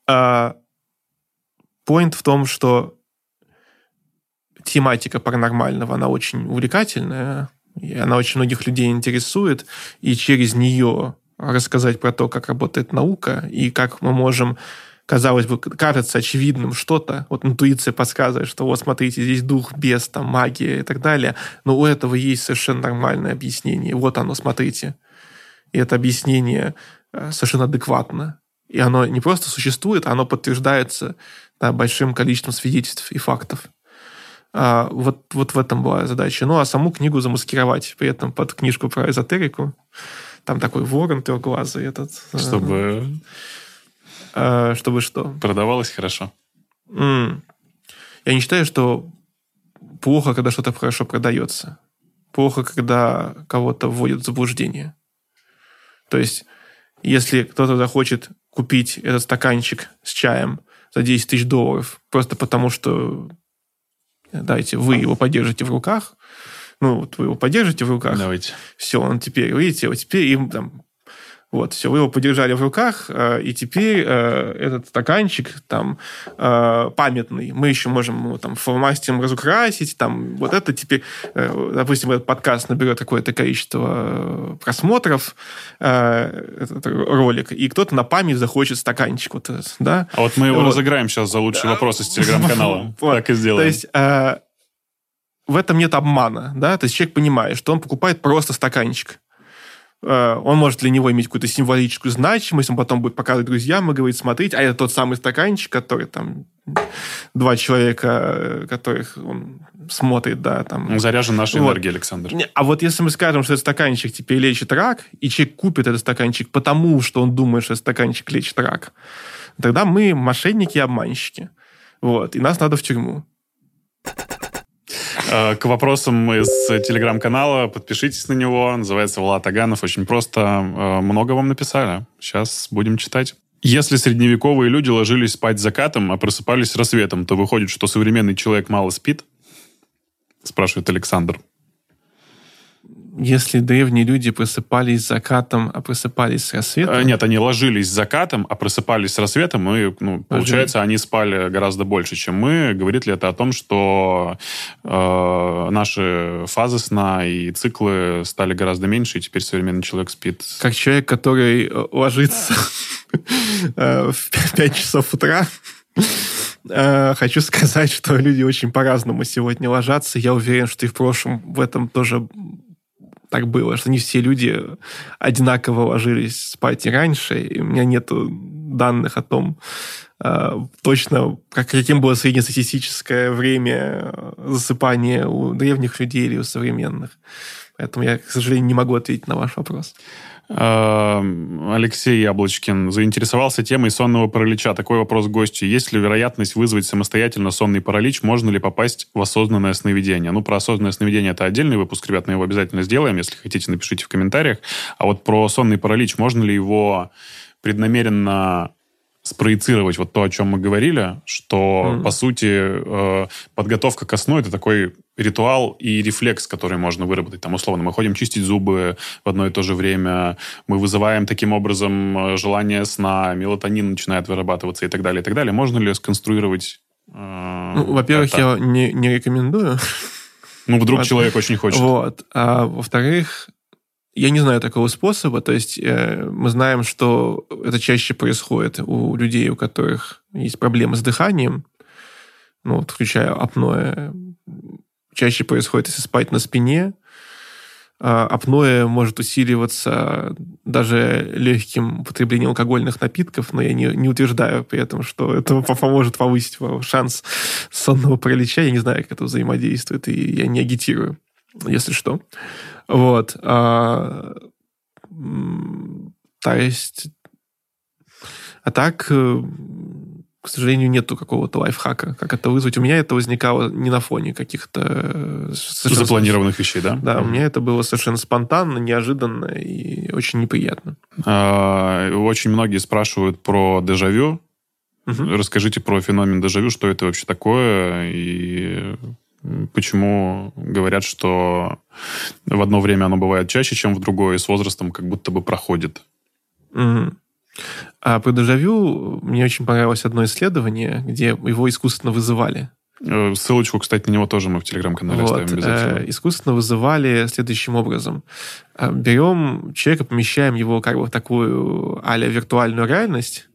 Поинт в том, что тематика паранормального, она очень увлекательная, и она очень многих людей интересует, и через нее рассказать про то, как работает наука, и как мы можем, казалось бы, кажется очевидным что-то. Вот интуиция подсказывает, что вот смотрите, здесь дух, бес, там, магия и так далее. Но у этого есть совершенно нормальное объяснение. Вот оно, смотрите. И это объяснение совершенно адекватно. И оно не просто существует, оно подтверждается большим количеством свидетельств и фактов. Вот в этом была задача. Ну, а саму книгу замаскировать при этом под книжку про эзотерику. Там такой ворон трехглазый этот. Чтобы что? Продавалось хорошо. Я не считаю, что плохо, когда что-то хорошо продается. Плохо, когда кого-то вводят в заблуждение. То есть, если кто-то захочет купить этот стаканчик с чаем за $10 000 просто потому, что вы его подержите в руках, вы его подержите в руках, давайте. Все, он теперь, видите, вот теперь им там все, вы его подержали в руках, и теперь этот стаканчик там памятный. Мы еще можем его там фломастером разукрасить. Там, вот это теперь, допустим, этот подкаст наберет какое-то количество просмотров, этот ролик, и кто-то на память захочет стаканчик. Вот, да? А вот мы его разыграем сейчас за лучший вопрос из Телеграм-канала. Так и сделаем. То есть в этом нет обмана. Да? То есть человек понимает, что он покупает просто стаканчик. Он может для него иметь какую-то символическую значимость, он потом будет показывать друзьям и говорить, смотрите, а это тот самый стаканчик, который там 2 человека, которых он смотрит, да, там. Он заряжен нашей энергией, Александр. А вот если мы скажем, что этот стаканчик теперь лечит рак, и человек купит этот стаканчик потому, что он думает, что этот стаканчик лечит рак, тогда мы мошенники и обманщики. Вот, и нас надо в тюрьму. К вопросам из телеграм-канала. Подпишитесь на него. Называется Влад Аганов. Очень просто. Много вам написали. Сейчас будем читать. Если средневековые люди ложились спать закатом, а просыпались рассветом, то выходит, что современный человек мало спит? Спрашивает Александр. Если древние люди просыпались закатом, а просыпались с рассветом... Нет, они ложились закатом, а просыпались с рассветом, и, получается, они спали гораздо больше, чем мы. Говорит ли это о том, что наши фазы сна и циклы стали гораздо меньше, и теперь современный человек спит? Как человек, который ложится в 5 часов утра, хочу сказать, что люди очень по-разному сегодня ложатся. Я уверен, что и в прошлом в этом тоже так было, что не все люди одинаково ложились спать и раньше. И у меня нет данных о том, точно, каким было среднестатистическое время засыпания у древних людей или у современных. Поэтому я, к сожалению, не могу ответить на ваш вопрос. Алексей Яблочкин заинтересовался темой сонного паралича. Такой вопрос к гостю. Есть ли вероятность вызвать самостоятельно сонный паралич? Можно ли попасть в осознанное сновидение? Про осознанное сновидение это отдельный выпуск, ребят, мы его обязательно сделаем. Если хотите, напишите в комментариях. А вот про сонный паралич, можно ли его преднамеренно спроецировать? Вот то, о чем мы говорили, что, по сути, подготовка ко сну – это такой ритуал и рефлекс, который можно выработать. Там, условно, мы ходим чистить зубы в одно и то же время, мы вызываем таким образом желание сна, мелатонин начинает вырабатываться и так далее, и так далее. Можно ли сконструировать во-первых, это? Я не рекомендую. Вдруг человек очень хочет. А во-вторых, я не знаю такого способа. То есть мы знаем, что это чаще происходит у людей, у которых есть проблемы с дыханием, включая апноэ. Чаще происходит, если спать на спине. Апноэ может усиливаться даже легким употреблением алкогольных напитков, но я не утверждаю при этом, что это поможет повысить шанс сонного паралича. Я не знаю, как это взаимодействует, и я не агитирую, если что. То есть... А так... К сожалению, нету какого-то лайфхака, как это вызвать. У меня это возникало не на фоне каких-то... запланированных вещей, да? Да, у меня это было совершенно спонтанно, неожиданно и очень неприятно. Очень многие спрашивают про дежавю. Расскажите про феномен дежавю, что это вообще такое, и почему говорят, что в одно время оно бывает чаще, чем в другое, и с возрастом как будто бы проходит. А про дежавю мне очень понравилось одно исследование, где его искусственно вызывали. Ссылочку, кстати, на него тоже мы в телеграм-канале оставим обязательно. Искусственно вызывали следующим образом. Берем человека, помещаем его как бы в такую а-ля виртуальную реальность,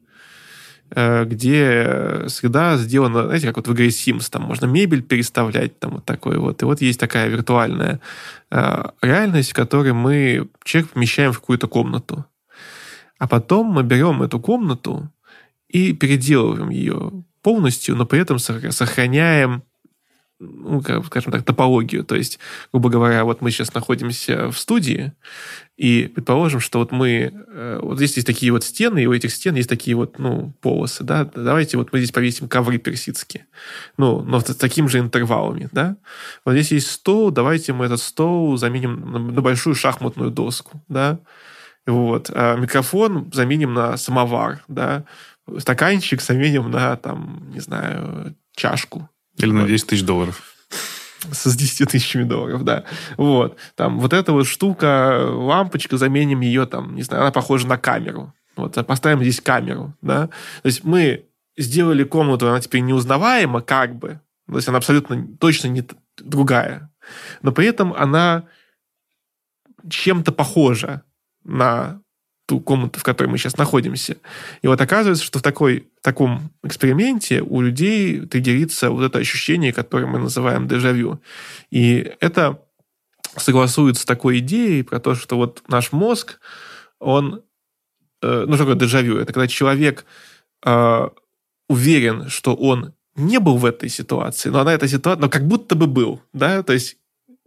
где среда сделана, знаете, как вот в игре Sims, там можно мебель переставлять, там вот такой вот. И вот есть такая виртуальная реальность, в которой мы человека помещаем в какую-то комнату. А потом мы берем эту комнату и переделываем ее полностью, но при этом сохраняем, скажем так, топологию. То есть, грубо говоря, вот мы сейчас находимся в студии, и предположим, что вот мы... Вот здесь есть такие вот стены, и у этих стен есть такие вот, полосы, да? Давайте вот мы здесь повесим ковры персидские, но с такими же интервалами, да? Вот здесь есть стол, давайте мы этот стол заменим на большую шахматную доску, да? А микрофон заменим на самовар, да, стаканчик заменим на, не знаю, чашку. Или на 10 тысяч долларов. С 10 тысячами долларов, да. Вот эта вот штука, лампочка, заменим ее, не знаю, она похожа на камеру. Поставим здесь камеру, да. То есть мы сделали комнату, она теперь неузнаваема, как бы. То есть она абсолютно точно не другая. Но при этом она чем-то похожа на ту комнату, в которой мы сейчас находимся. И оказывается, что в таком эксперименте у людей триггерится вот это ощущение, которое мы называем дежавю. И это согласуется с такой идеей про то, что наш мозг, он... что такое дежавю? Это когда человек уверен, что он не был в этой ситуации, но как будто бы был. Да? То есть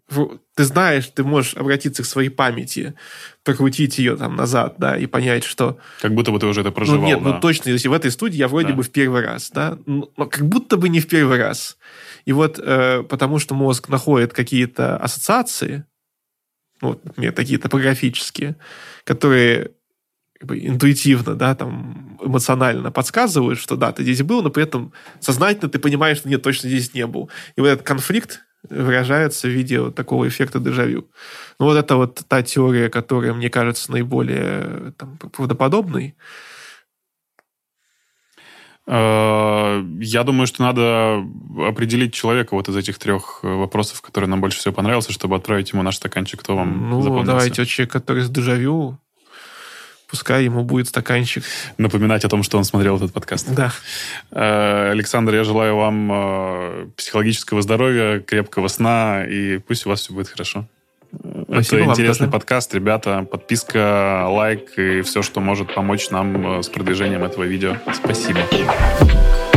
ты знаешь, ты можешь обратиться к своей памяти, прокрутить ее там назад, да, и понять, что... Как будто бы ты уже это проживал, Ну, нет, да. ну точно, если в этой студии я вроде бы в первый раз, да, но как будто бы не в первый раз. И вот потому что мозг находит какие-то ассоциации, вот, например, такие топографические, которые как бы интуитивно, да, там, эмоционально подсказывают, что да, ты здесь был, но при этом сознательно ты понимаешь, что нет, точно здесь не был. И вот этот конфликт выражается в виде вот такого эффекта дежавю. Ну, вот это вот та теория, которая, мне кажется, наиболее там, правдоподобной. Я думаю, что надо определить человека вот из этих 3 вопросов, который нам больше всего понравился, чтобы отправить ему наш стаканчик. Кто вам запомнился? Давайте вот человек, который с дежавю, пускай ему будет стаканчик. Напоминать о том, что он смотрел этот подкаст. Да. Александр, я желаю вам психологического здоровья, крепкого сна, и пусть у вас все будет хорошо. Спасибо. Это интересный подкаст, ребята. Подписка, лайк и все, что может помочь нам с продвижением этого видео. Спасибо.